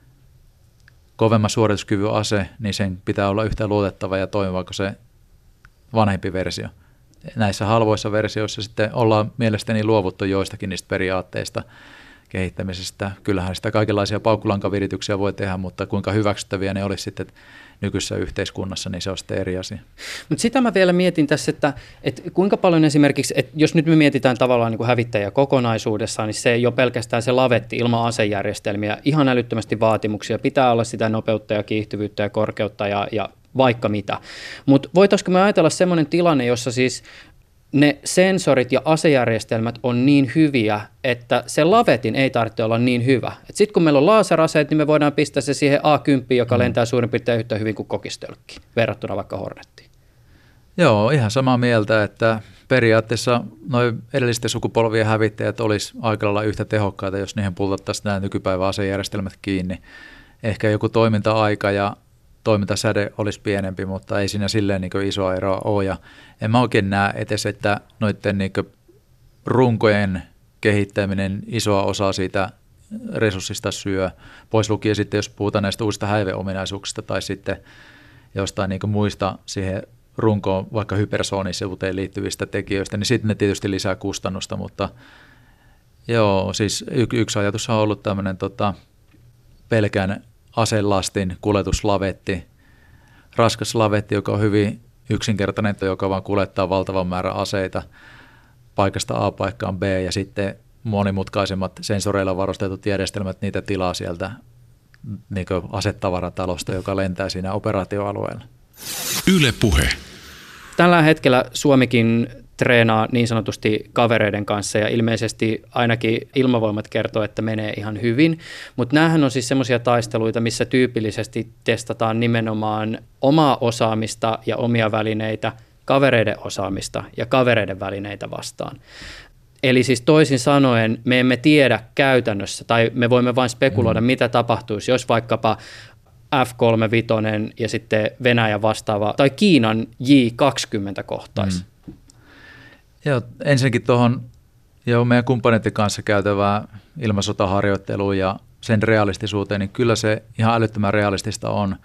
kovemman suorituskyvyn ase, niin sen pitää olla yhtä luotettava ja toimiva kuin se vanhempi versio. Näissä halvoissa versioissa sitten ollaan mielestäni luovuttu joistakin niistä periaatteista kehittämisestä. Kyllähän sitä kaikenlaisia paukkulankaviirityksiä voi tehdä, mutta kuinka hyväksyttäviä ne olisi sitten nykyisessä yhteiskunnassa, niin se on sitten eri asia. Mutta sitä mä vielä mietin tässä, että kuinka paljon esimerkiksi, että jos nyt me mietitään tavallaan niin kuin hävittäjä kokonaisuudessaan, niin se ei ole pelkästään se lavetti ilman asejärjestelmiä, ihan älyttömästi vaatimuksia, pitää olla sitä nopeutta ja kiihtyvyyttä ja korkeutta ja vaikka mitä. Mutta voitaisiinko me ajatella semmoinen tilanne, jossa siis ne sensorit ja asejärjestelmät on niin hyviä, että se lavetin ei tarvitse olla niin hyvä. Sitten kun meillä on laaseraseet, niin me voidaan pistää se siihen A10, joka lentää suurin piirtein yhtä hyvin kuin kokistölkki, verrattuna vaikka Hornettiin. Joo, ihan samaa mieltä, että periaatteessa noin edellisten sukupolvien hävittäjät olisi aika lailla yhtä tehokkaita, jos niihin pultattaisiin nämä nykypäivän asejärjestelmät kiinni. Ehkä joku toiminta-aika ja toimintasäde olisi pienempi, mutta ei siinä silleen niin isoa eroa ole. Ja en mä oikein näe edes, että noiden niin runkojen kehittäminen isoa osaa siitä resurssista syö. Pois lukien sitten, jos puhutaan näistä uusista häiveominaisuuksista tai sitten jostain niin muista siihen runkoon vaikka hypersoonisuuteen liittyvistä tekijöistä, niin sitten ne tietysti lisää kustannusta, mutta joo, siis yksi ajatus on ollut tämmöinen pelkän aselastin kuljetuslavetti, raskas lavetti, joka on hyvin yksinkertainen, joka vaan kuljettaa valtavan määrän aseita paikasta A paikkaan B ja sitten monimutkaisemmat sensoreilla varustetut järjestelmät niitä tilaa sieltä niin kuin asetavaratalosta, joka lentää siinä operaatioalueella. Yle Puhe. Tällä hetkellä Suomikin treenaa niin sanotusti kavereiden kanssa ja ilmeisesti ainakin Ilmavoimat kertoo, että menee ihan hyvin, mutta näähän on siis semmoisia taisteluita, missä tyypillisesti testataan nimenomaan omaa osaamista ja omia välineitä, kavereiden osaamista ja kavereiden välineitä vastaan. Eli siis toisin sanoen me emme tiedä käytännössä tai me voimme vain spekuloida, mitä tapahtuisi, jos vaikkapa F-35 ja sitten Venäjä vastaava tai Kiinan J-20 kohtaisi. Joo, ensinnäkin tuohon meidän kumppaneiden kanssa käytävää ilmasotaharjoittelua ja sen realistisuuteen, niin kyllä se ihan älyttömän realistista on.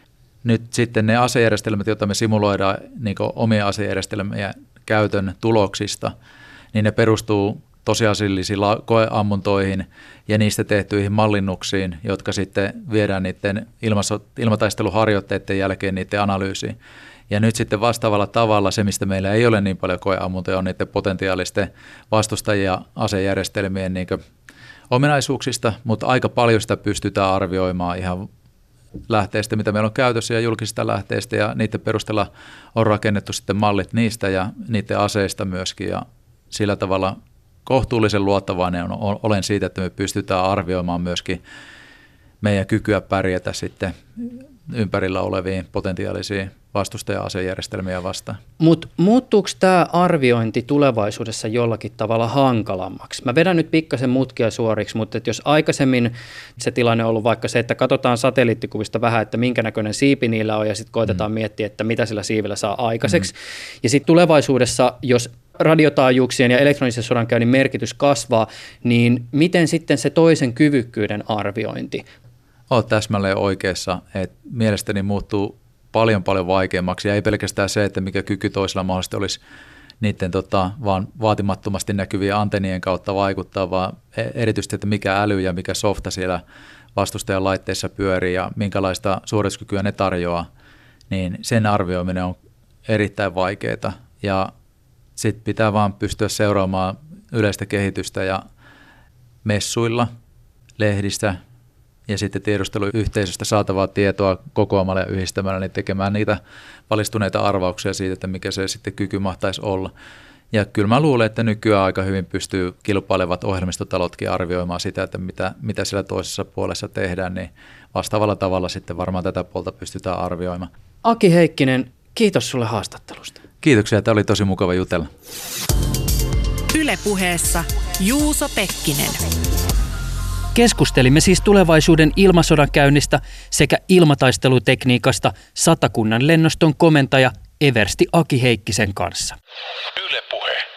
Nyt sitten ne asejärjestelmät, joita me simuloidaan niin omia asejärjestelmiä käytön tuloksista, niin ne perustuu tosiasiallisiin koeammuntoihin ja niistä tehtyihin mallinnuksiin, jotka sitten viedään niiden ilmataisteluharjoitteiden jälkeen niiden analyysiin. Ja nyt sitten vastaavalla tavalla se, mistä meillä ei ole niin paljon koeammuntoja, on niiden potentiaalisten vastustajia asejärjestelmien niin ominaisuuksista, mutta aika paljon sitä pystytään arvioimaan ihan lähteistä, mitä meillä on käytössä ja julkisista lähteistä, ja niiden perusteella on rakennettu sitten mallit niistä ja niiden aseista myöskin, ja sillä tavalla kohtuullisen luottavainen olen siitä, että me pystytään arvioimaan myöskin meidän kykyä pärjätä sitten ympärillä oleviin potentiaalisiin vastustaja-asejärjestelmiä vastaan. Mutta muuttuuko tämä arviointi tulevaisuudessa jollakin tavalla hankalammaksi? Mä vedän nyt pikkasen mutkia suoriksi, mutta jos aikaisemmin se tilanne on ollut vaikka se, että katsotaan satelliittikuvista vähän, että minkä näköinen siipi niillä on ja sitten koitetaan miettiä, että mitä sillä siivillä saa aikaiseksi. Ja sitten tulevaisuudessa, jos radiotaajuuksien ja elektronisen sodankäynnin merkitys kasvaa, niin miten sitten se toisen kyvykkyyden arviointi? Olet täsmälleen oikeassa, että mielestäni muuttuu paljon vaikeammaksi ja ei pelkästään se, että mikä kyky toisella mahdollisesti olisi niiden vaan vaatimattomasti näkyvien antennien kautta vaikuttaa, vaan erityisesti, että mikä äly ja mikä softa siellä vastustajan laitteissa pyörii ja minkälaista suorituskykyä ne tarjoaa, niin sen arvioiminen on erittäin vaikeaa ja sitten pitää vaan pystyä seuraamaan yleistä kehitystä ja messuilla, lehdissä ja sitten tiedusteluyhteisöstä saatavaa tietoa kokoamalla ja yhdistämällä, niin tekemään niitä valistuneita arvauksia siitä, että mikä se sitten kyky mahtaisi olla. Ja kyllä mä luulen, että nykyään aika hyvin pystyy kilpailevat ohjelmistotalotkin arvioimaan sitä, että mitä siellä toisessa puolessa tehdään, niin vastaavalla tavalla sitten varmaan tätä puolta pystytään arvioimaan. Aki Heikkinen, kiitos sulle haastattelusta. Kiitoksia, tämä oli tosi mukava jutella. Yle Puheessa Juuso Pekkinen. Keskustelimme siis tulevaisuuden ilmasodankäynnistä sekä ilmataistelutekniikasta Satakunnan lennoston komentaja eversti Aki Heikkisen kanssa. Yle Puhe.